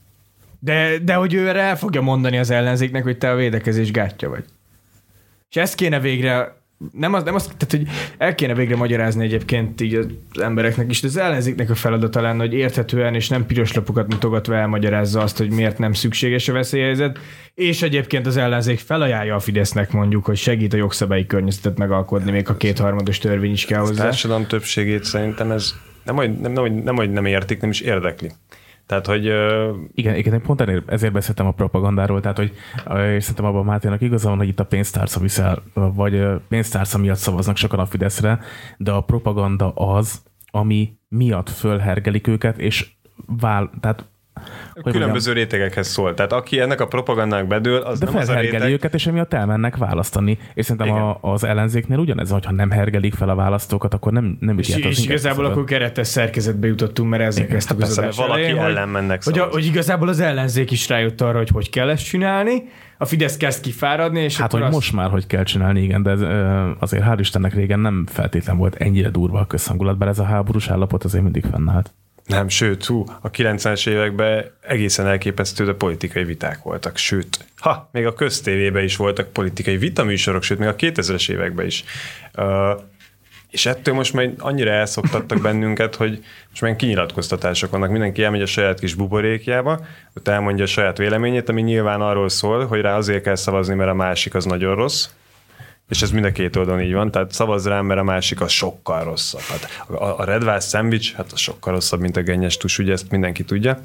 De hogy ő erre el fogja mondani az ellenzéknek, hogy te a védekezés gátja vagy. És ezt kéne végre, tehát hogy el kéne végre magyarázni egyébként így az embereknek is, de az ellenzéknek a feladata lenne, hogy érthetően és nem piros lapokat mutogatva elmagyarázza azt, hogy miért nem szükséges a veszélyhelyzet, és egyébként az ellenzék felajánlja a Fidesznek mondjuk, hogy segít a jogszabályi környezetet megalkotni, még a 2/3 törvény is kell hozzá. A társadalom többségét szerintem ez nem értik, nem is érdekli. Tehát, hogy... Igen, pont ezért beszéltem a propagandáról, tehát, hogy szerintem abban Máténak igaza van, hogy itt a pénztárca viszel, vagy pénztárca miatt szavaznak sokan a Fideszre, de a propaganda az, ami miatt fölhergelik őket, és tehát különböző rétegekhez szól. Tehát aki ennek a propagandának bedől, az de nem az a réteg... őket, és emiatt elmennek választani. És szerintem az ellenzéknél ugyanez, hogyha nem hergelik fel a választókat, akkor nem ügyelt az. És igazából akkor keretes szerkezetbe jutottunk, mert ezzel kezdtük az adás valaki ellen mennek szavazni. Hogy igazából az ellenzék is rájött arra, hogy kell ezt csinálni, a Fidesz kezd kifáradni, és hát, hogy most már hogy kell csinálni, igen, de azért hál' Istennek régen nem feltétlen volt ennyire durva a közhangulat, bár ez a háborús állapot azért mindig fennállt. Nem, sőt, a 90-es években egészen elképesztő, de politikai viták voltak, sőt, még a köztévében is voltak politikai vitaműsorok, sőt, még a 2000-es években is. És ettől most már annyira elszoktattak bennünket, hogy most már kinyilatkoztatások vannak. Mindenki elmegy a saját kis buborékjába, ott elmondja a saját véleményét, ami nyilván arról szól, hogy rá azért kell szavazni, mert a másik az nagyon rossz. És ez mind a két oldalon így van, tehát szavazz rám, mert a másik az sokkal rosszabb. Hát a redvász szendvics, hát az sokkal rosszabb, mint a gennyes tus, ugye ezt mindenki tudja.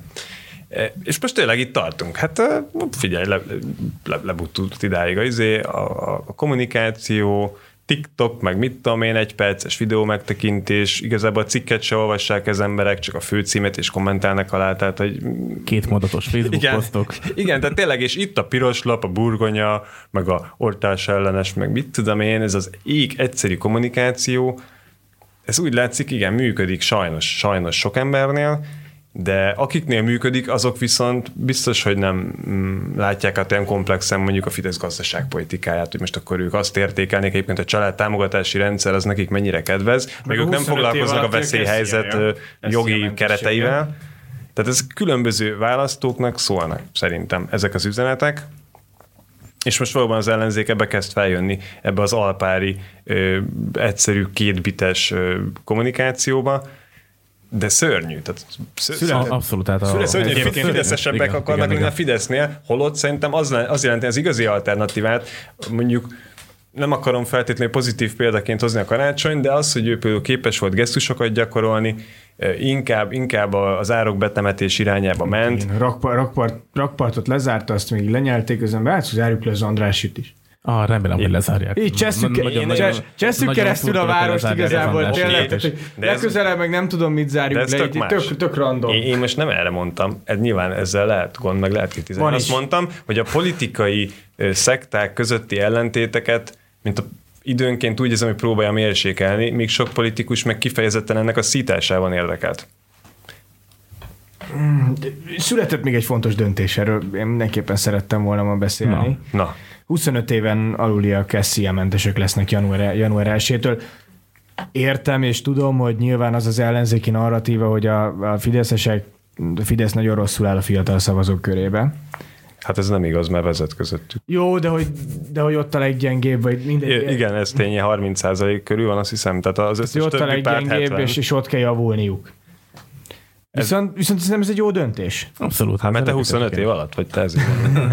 És most tényleg itt tartunk. Hát figyelj, lebuttult idáig a kommunikáció, TikTok, meg mit tudom én, 1 perces videó megtekintés, igazából a cikket se olvassák az emberek, csak a főcímet és kommentálnak alá, tehát hogy... 2 mondatos Facebook posztok. Igen, tehát tényleg, és itt a piros lap, a burgonya, meg a oltás ellenes, meg mit tudom én, ez az egyszerű kommunikáció, ez úgy látszik, igen, működik sajnos sok embernél, de akiknél működik, azok viszont biztos, hogy nem látják át olyan komplexen mondjuk a Fidesz gazdaságpolitikáját, hogy most akkor ők azt értékelnék, egyébként a családtámogatási rendszer az nekik mennyire kedvez, meg ők nem foglalkoznak a veszélyhelyzet jogi kereteivel. Tehát ez különböző választóknak szólnak szerintem ezek az üzenetek, és most valóban az ellenzék ebbe kezd feljönni, ebbe az alpári, egyszerű, kétbites kommunikációba, de szörnyű. Abszolút. Szörnyű, fideszesebbek akarnak lenni a Fidesznél, holott szerintem az jelenti az igazi alternatívát, mondjuk nem akarom feltétlenül pozitív példaként hozni a Karácsony, de az, hogy ő például képes volt gesztusokat gyakorolni, inkább az árok betemetés irányába ment. Rakpartot lezárta, azt még lenyelték, az ember, zárjuk le az Andrásit is. Remélem, hogy lezárják. Így csesszük keresztül a várost igazából. Legközelebb meg nem tudom, mit zárjuk le. Tök random. Én most nem erre mondtam. Nyilván ezzel lehet gond, meg lehet kritizálni. Azt mondtam, hogy a politikai szekták közötti ellentéteket, mint időnként úgy érzem, hogy próbálja mérsékelni, míg sok politikus meg kifejezetten ennek a szításában érdekelt. Született még egy fontos döntés, erről én mindenképpen szerettem volna ma beszélni. Na. 25 éven aluliak SZIA-mentesek lesznek január 1-től. Értem és tudom, hogy nyilván az ellenzéki narratíva, hogy a Fidesz nagyon rosszul áll a fiatal szavazók körébe. Hát ez nem igaz, mert vezet közöttük. Jó, de hogy ott a leggyengébb, vagy mindegy. Igen, ez tényleg 30% körül van, azt hiszem. Tehát az összes ott a leggyengébb, és ott kell javulniuk. Viszont ez egy jó döntés. Abszolút. Hát mert te 25 év alatt vagy te ezért.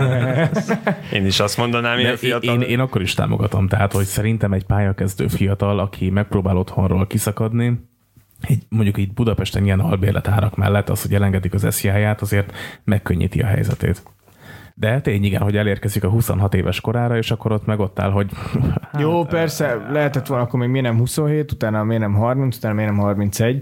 Én is azt mondanám, ilyen fiatal. Én akkor is támogatom. Tehát, hogy szerintem egy pályakezdő fiatal, aki megpróbál otthonról kiszakadni, mondjuk itt Budapesten ilyen albérletárak mellett az, hogy elengedik az SZIA-ját, azért megkönnyíti a helyzetét. De tény igen, hogy elérkezik a 26 éves korára, és akkor ott áll, hogy... Jó, persze, lehetett volna akkor még miért nem 27, utána miért nem 30, utána miért nem 31.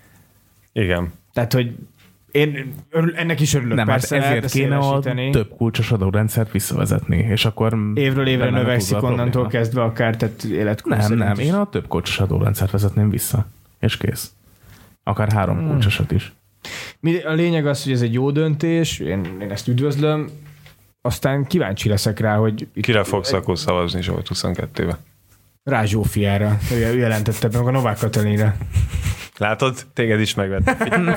Igen. Tehát, hogy én ennek is örülök. Nem, persze, ezért kéne a több kulcsos adórendszert visszavezetni, és akkor... Évről évre növekszik onnantól kezdve akár, tehát életkor. Nem, én a több kulcsos adórendszert vezetném vissza, és kész. Akár 3 kulcsosat is. A lényeg az, hogy ez egy jó döntés, én ezt üdvözlöm, aztán kíváncsi leszek rá, hogy... Kire fogsz akkor szavazni Zsolt 22-ben? Rá Zsófiára. Ő jelentette meg a Novák Katalinra. Látod? Téged is megvett.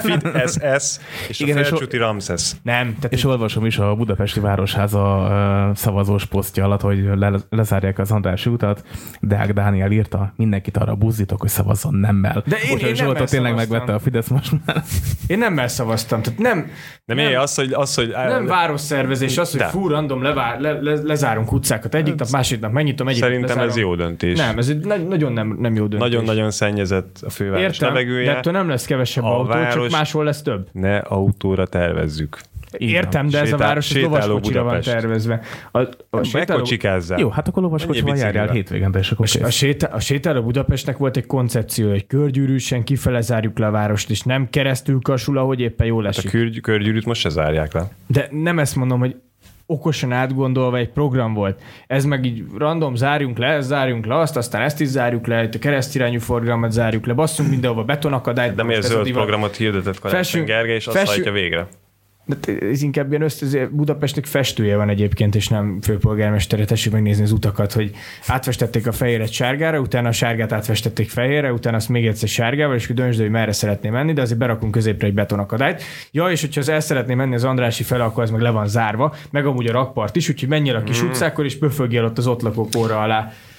FID-SS és igen, a Felcsúti Ramszesz. Nem. És olvasom is a Budapesti Városháza szavazós posztja alatt, hogy lezárják az Andrássy utat. Deák Dániel írta, mindenkit arra buzdítok, hogy szavazzon nemmel. De én Zsoltot tényleg megvette a Fidesz most már. Én nemmel szavaztam. Tehát nem. De miért az, hogy nem városszervezés, az, hogy fú, random, lezárunk utcákat egyik nap, másik nap megnyitom, egyik szerintem lezárom. Ez jó döntés. Nem, ez nagyon nem jó döntés. Nagyon-nagyon szennyezett a főváros levegője. De ettől nem lesz kevesebb autó, csak máshol lesz több. Ne autóra tervezzük. Értem, de ez a város lovaskocsira van tervezve. Megkocsikázzál. Jó, hát akkor lovaskocsival járjál hétvégente, és akkor a sétáló Budapestnek volt egy koncepció, hogy körgyűrűsen kifele zárjuk le a várost, és nem keresztül kasul, ahogy éppen jól esik. A körgyűrűt most se zárják le. De nem ezt mondom, hogy okosan átgondolva egy program volt. Ez meg így random, zárjunk le azt, aztán ezt is zárjuk le, a keresztirányú forgalmat zárjuk le, basszunk mindenhova betonakadályt. De miért zöld programot hirdetett Karácsony Gergely, és azt hajtja végre? De ez inkább ilyen Budapestnek festője van egyébként, és nem főpolgármestere. Tessék megnézni az utakat, hogy átfestették a fehéret sárgára, utána a sárgát átfestették fehérre, utána azt még egyszer sárgával, és döntsd, hogy merre szeretné menni, de azért berakunk középre egy betonakadályt. Ja, és hogyha az el szeretné menni az Andrássy fele, akkor az meg le van zárva, meg amúgy a rakpart is, úgyhogy menjél a kis utcákon, és pöfögjél ott az ott lakók óra alá.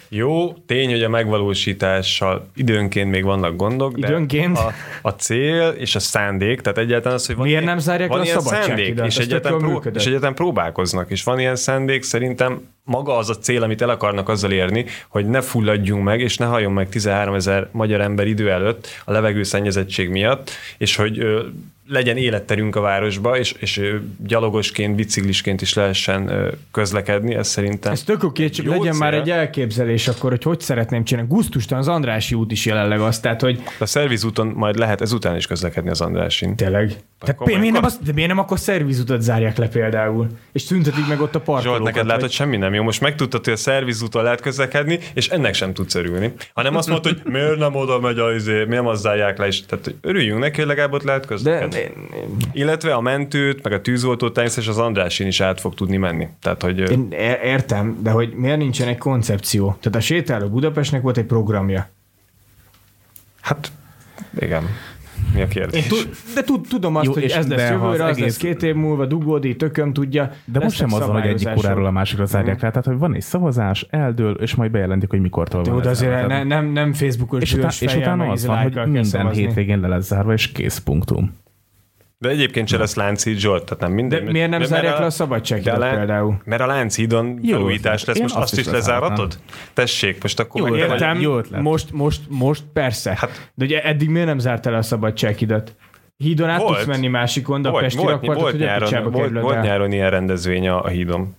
Jó, tény, hogy a megvalósítással időnként még vannak gondok, időnként? De a cél és a szándék, tehát egyáltalán az, hogy van miért nem zárják le a szabadsághidat? És egyáltalán próbálkoznak, és van ilyen szándék, szerintem maga az a cél, amit el akarnak azzal érni, hogy ne fulladjunk meg, és ne halljon meg 13 000 magyar ember idő előtt a levegőszennyezettség miatt, és hogy legyen életterünk a városba, és gyalogosként, biciklisként is lehessen közlekedni, ez szerintem. Ez tök oké, csak legyen cél. Már egy elképzelés akkor, hogy szeretném csinálni. Gusztustan az Andrássy út is jelenleg az, tehát hogy... A szervizúton majd lehet ezután is közlekedni az Andrássyn. Tényleg? Tehát miért nem akkor szervizútot zárják le például? És szüntetik meg ott a parkolókat? Zsolt, neked látod, semmi nem jó. Most megtudtad, hogy a szervizúton lehet közlekedni, és ennek sem tudsz örülni. Hanem azt mondod, hogy miért nem oda megy miért nem azt zárják le, és tehát örüljünk neki, hogy legalább ott lehet közlekedni. Illetve a mentőt, meg a tűzoltót természetesen az Andrássyn is át fog tudni menni. Tehát, hogy... Én értem, de hogy miért nincsen egy koncepció? Tehát a Sétáló Budapestnek volt egy programja. Hát, igen. Mi a kérdés? De tudom azt, hogy ez lesz jövőre, az lesz 2 év múlva, dugódi, tököm tudja. De most sem azon, hogy egyik óráról a másikra zárják rá. Tehát, hogy van egy szavazás, eldől, és majd bejelentik, hogy mikortól van. De azért nem Facebookos és utána az van, hogy minden hétvégén le lesz zárva, és kész, punktum. De egyébként se lesz Lánchíd, Zsolt, tehát nem minden. De miért nem zárják le a Szabadsághidat például? Mert a Lánchídon felújítás lesz, most azt is lezáratod? Tessék, most akkor értem, most persze. Hát, de ugye eddig miért nem zárt el a Szabadsághidat? Hídon át tudsz menni másikon, de a Pesti rakpartot ugye picsába kerülöd el. Volt nyáron ilyen rendezvény a hídon.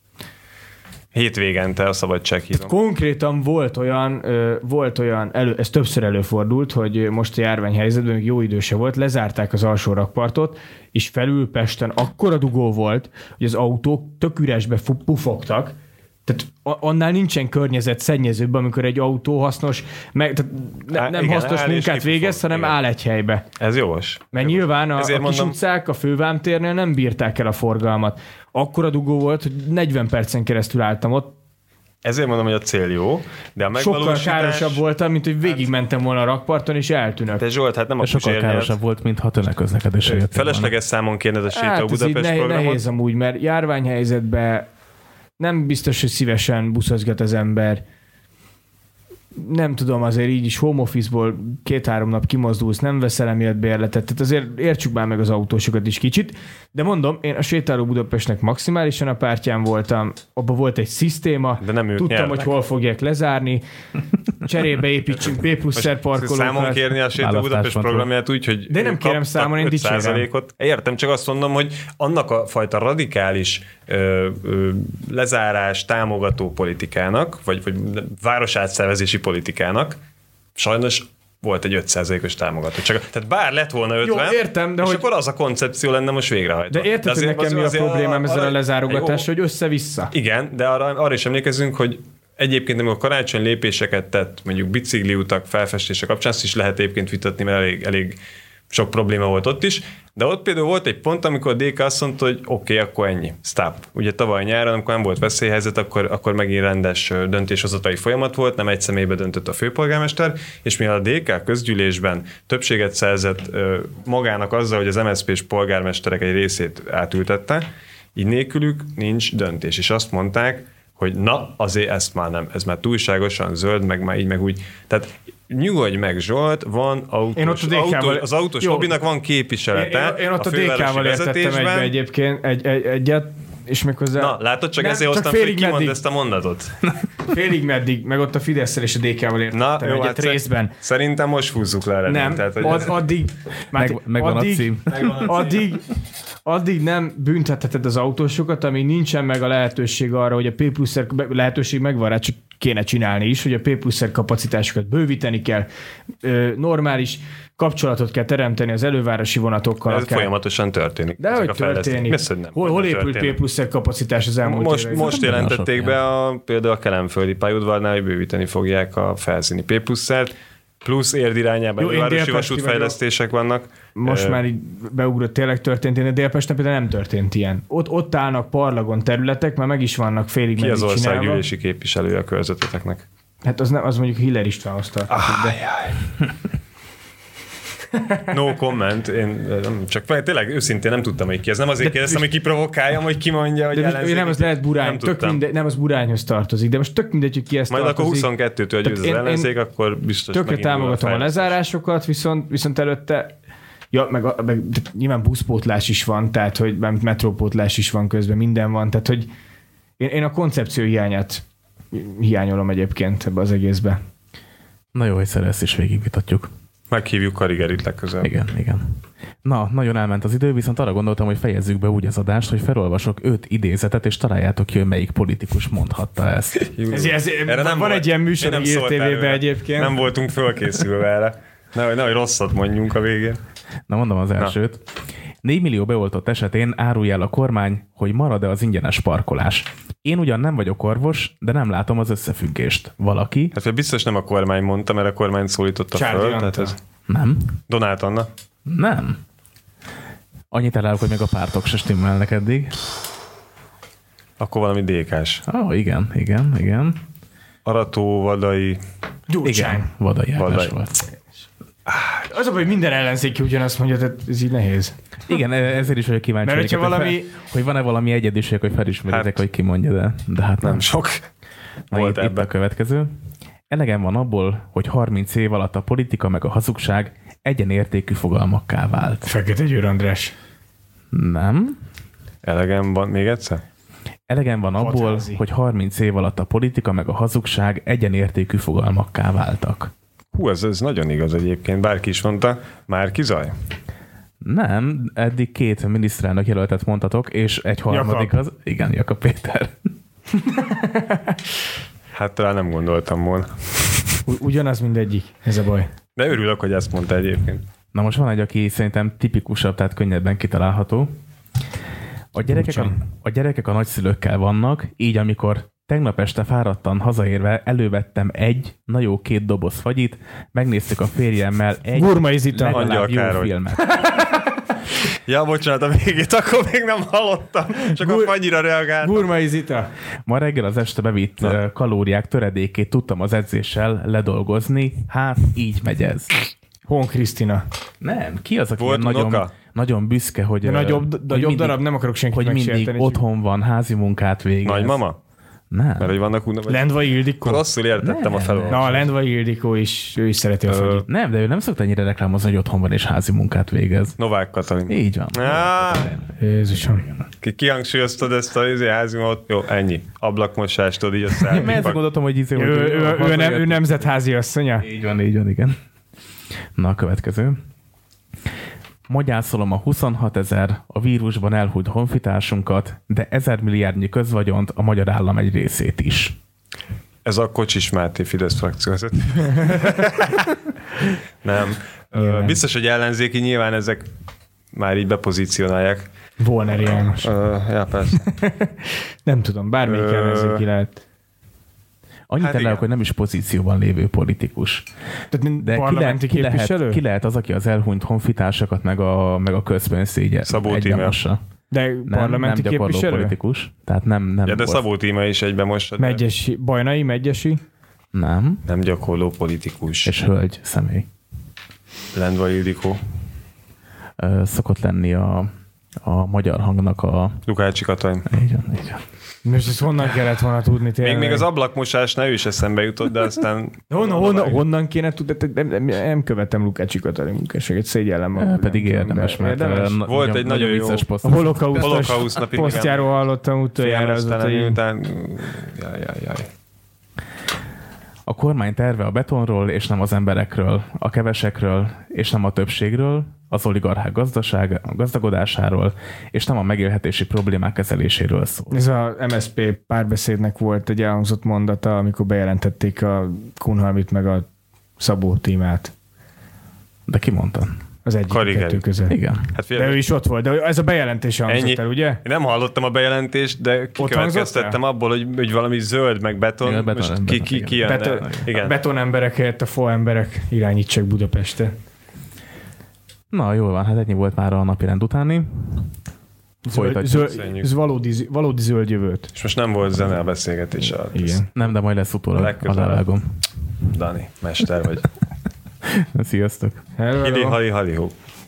Hétvégente a Szabadsághídon. Konkrétan volt olyan ez többször előfordult, hogy most a járványhelyzetben még jó idő se volt, lezárták az alsó rakpartot, és felül Pesten akkora dugó volt, hogy az autók tök üresbe pufogtak, tehát annál nincsen környezetszennyezőbb, amikor egy autó hasznos, nem hasznos munkát végez, hanem áll egy helybe. Ez jogos. Mert nyilván a kis utcák a fővámtérnél nem bírták el a forgalmat. Akkora dugó volt, hogy 40 percen keresztül álltam ott. Ezért mondom, hogy a cél jó, de a megvalósítás... Sokkal károsabb voltam, mint hogy végigmentem volna a rakparton, és eltűnök. De Zsolt, hát nem a sokkal károsabb volt, mint ha tömegközlekedésre jöttem. Felesleges számon kérned a Sétáló Budapest programot. Nehéz amúgy, mert járványhelyzetben nem biztos, hogy szívesen buszozgat az ember. Nem tudom, azért így is home office-ból 2-3 nap kimozdulsz, nem veszel emiatt bérletet, tehát azért értsük már meg az autósokat is kicsit. De mondom, én a Sétáló Budapestnek maximálisan a pártján voltam, abban volt egy szisztéma, de nem tudtam, nyernek. hogy hol fogják lezárni, cserébe építsünk B+-szer parkolókat. Számon kérni a Sétáló Budapest programját úgy, hogy de nem kérem számon, én dicsérem. Értem, csak azt mondom, hogy annak a fajta radikális lezárás támogató politikának, vagy városátszervezési politikának sajnos volt egy 5%-os támogató. Tehát bár lett volna 50, jó, értem, de és hogy... akkor az a koncepció lenne most végrehajtva. De érted, hogy nekem mi a problémám ezzel a lezárogatás, hogy össze-vissza. Igen, de arra is emlékezzünk, hogy egyébként, amikor Karácsony lépéseket tett, mondjuk bicikliutak felfestése kapcsán, azt is lehet egyébként vitatni, mert elég sok probléma volt ott is, de ott például volt egy pont, amikor a DK azt mondta, hogy oké, akkor ennyi, stop. Ugye tavaly nyáron, amikor nem volt veszélyhelyzet, akkor megint rendes döntéshozatai folyamat volt, nem egy személybe döntött a főpolgármester, és mivel a DK közgyűlésben többséget szerzett magának azzal, hogy az MSZP-s polgármesterek egy részét átültette, így nélkülük nincs döntés. És azt mondták, hogy na, azért ezt már nem, ez már túlságosan zöld, meg már így, meg úgy. Tehát nyugodj meg, Zsolt, van az autós hobbinak van képviselete. Én ott a DK-val értettem egybe egyébként egyet, és méghozzá... Na, látod, csak ezért hoztam fel, kimond ezt a mondatot. Félig meddig, meg ott a Fidesz-szel és a DK-val értettem egyet hát részben. Szerintem most húzzuk le eredményt. Nem, tehát, megvan a cím. Addig nem büntetheted az autósokat, amíg nincsen meg a lehetőség arra, hogy a P+-er lehetőség megvan rá, csak kéne csinálni is, hogy a P+-er kapacitásokat bővíteni kell, normális kapcsolatot kell teremteni az elővárosi vonatokkal. Ez folyamatosan történik. De hogy történik? Hol épült P+-er kapacitás az elmúlt években? Most jelentették be például a Kelenföldi pályaudvarnál, hogy bővíteni fogják a felszíni P+-ert, plusz Érd irányában elővárosi vasútfejlesztések vannak. Most már így beugrott, tényleg történt, de Délpesten például nem történt ilyen. Ott állnak parlagon területek, már meg is vannak félig meddig csinálva. Ki az országgyűlési képviselője a körzeteteknek? Hát az mondjuk Hiller Istvánhoz tartozik. No comment. Én csak tényleg őszintén nem tudtam, hogy ki. Ez nem azért kérdeztem, hogy kiprovokáljam, hogy ki mondja, hogy ellenzék. Nem, az lehet burány. Nem, az burányhoz tartozik. De most tök mindegy, hogy ki ezt majd tartozik. Majd akkor 22-től győz az ellenzék, akkor biztos tökre támogatom a lezárásokat, viszont előtte meg nyilván buszpótlás is van, tehát hogy metrópótlás is van közben, minden van, tehát hogy én a koncepció hiányát hiányolom egyébként ebbe az egészbe. Na jó, egyszer ezt is végigvitatjuk. Meghívjuk Karigerit legközelebb. Igen. Na, nagyon elment az idő, viszont arra gondoltam, hogy fejezzük be úgy az adást, hogy felolvasok 5 idézetet, és találjátok ki, hogy melyik politikus mondhatta ezt. Erre nem van egy ilyen műsor, hogy Ír TV-be egyébként. Nem voltunk fölkészülve erre. Nehogy rosszat mondjunk a végén. Na, mondom az elsőt. 4 millió beoltott esetén árulja el a kormány, hogy marad-e az ingyenes parkolás. Én ugyan nem vagyok orvos, de nem látom az összefüggést. Valaki? Hát biztos nem a kormány mondta, mert a kormány szólította föl. Tehát ez... Nem. Donát Anna? Nem. Annyit elárulok, hogy még a pártok se stimmelnek eddig. Akkor valami DK-s. Igen. Arató, Vadai... Gyurcsány. Igen, Vadai Ágnes volt. Az a baj, hogy minden ellenzéki ugyanazt mondja, tehát ez így nehéz. Igen, ezért is vagyok kíváncsi. Mert valami... hogy van-e valami egyedűség, hogy felismeritek, hogy ki mondja, de hát nem. Sok volt itt a következő. Elegem van abból, hogy 30 év alatt a politika meg a hazugság egyenértékű fogalmakká vált. Fekete Győr András. Nem. Elegem van, még egyszer? Elegem van abból, hogy 30 év alatt a politika meg a hazugság egyenértékű fogalmakká váltak. Hú, ez nagyon igaz egyébként. Bárki is mondta. Márki Zaj? Nem, eddig 2 miniszterelnök jelöltet mondtatok, és egy harmadik az... Igen, Jakab Péter. Hát talán nem gondoltam volna. Ugyanaz mindegyik, ez a baj. De örülök, hogy ezt mondta egyébként. Na most van egy, aki szerintem tipikusabb, tehát könnyebben kitalálható. A gyerekek a nagyszülőkkel vannak, így amikor tegnap este fáradtan hazaérve elővettem egy, na jó 2 doboz fagyit, megnéztük a férjemmel egy legalább jó filmet. Ja, bocsánat, a végét akkor még nem hallottam, csak a fagyira reagáltam. Gurmai Zita. Ma reggel az este bevitt kalóriák töredékét tudtam az edzéssel ledolgozni, hát így megy ez. Hon Krisztina. Nem, ki az, aki nagyon büszke, hogy... Nagyobb darab, nem akarok senkit megsérteni. Hogy mindig otthon van, házi munkát végez. Nagymama? Nem. Mert hogy vannak úgynevezett... Lendvai Ildikó. Rosszul értettem a felolvasást. Na, Lendvai Ildikó is, ő is szereti a fagyit. Nem, de ő nem szokta ennyire reklámozni, hogy otthon van és házi munkát végez. Novák Katalin. Így van. Jézusom. Kihangsúlyoztad ezt a házi munkát? Jó, ennyi. Ablakmosást tudod így a szállni. Mert ezt gondoltam, hogy ő nemzetházi asszonya. Így van, igen. Na, a következő. Magyászolom a 26 000 a vírusban elhúnyt honfitársunkat, de 1000 milliárdnyi közvagyont, a magyar állam egy részét is. Ez a Kocsis Máté Fidesz frakció. Nem. Biztos, hogy ellenzéki, nyilván ezek már így bepozícionálják. Volner János. Ja, persze. Nem tudom, bármelyik ellenzéki lehet. Annyit elárulok, hogy nem is pozícióban lévő politikus. De parlamenti képviselő? Ki lehet az, aki az elhunyt honfitársakat meg a közpénzt így Szabó Tíme. De parlamenti nem képviselő? Politikus. Tehát nem ja, de Szabó Tíme is egyben most. Megyesi, Bajnai, Megyesi? Nem. Nem gyakorló politikus. És hölgy személy. Lendvai Ildikó. Szokott lenni a Magyar Hangnak a... Lukácsi Katalin. Így van. Most ezt honnan kellett volna tudni tényleg? Még az ablakmosásnál ő is eszembe jutott, de aztán... Honnan kéne tudni? Nem követem Lukácsi Katalin munkásságét, szégyellem magam. Pedig érdemes, mert volt egy nagyon jó poszt. A holokauszt napi posztjáról hallottam utoljára. Jaj. A kormány terve a betonról, és nem az emberekről, a kevesekről, és nem a többségről, az oligarchák gazdagodásáról, és nem a megélhetési problémák kezeléséről szól. Ez a MSZP párbeszédnek volt egy elhangzott mondata, amikor bejelentették a Kunhalmit meg a Szabó Tímát. De ki mondta? Az egyik kettő között. Igen. Hát de ő is ott volt, de ez a bejelentés hangzott el, ugye? Én nem hallottam a bejelentést, de kikövetkeztettem abból, hogy valami zöld, meg beton. Igen, beton ki jön. Igen. Beton emberek helyett a fa emberek irányítsák Budapestet. Na, jól van, hát ennyi volt már a napirend utáni. Valódi zöld jövőt. És most nem volt zene a beszélgetés. Igen. Nem, de majd lesz utólag. Alávágom. Dani, mester vagy. Sziasztok! Hili, hali, hali, hó.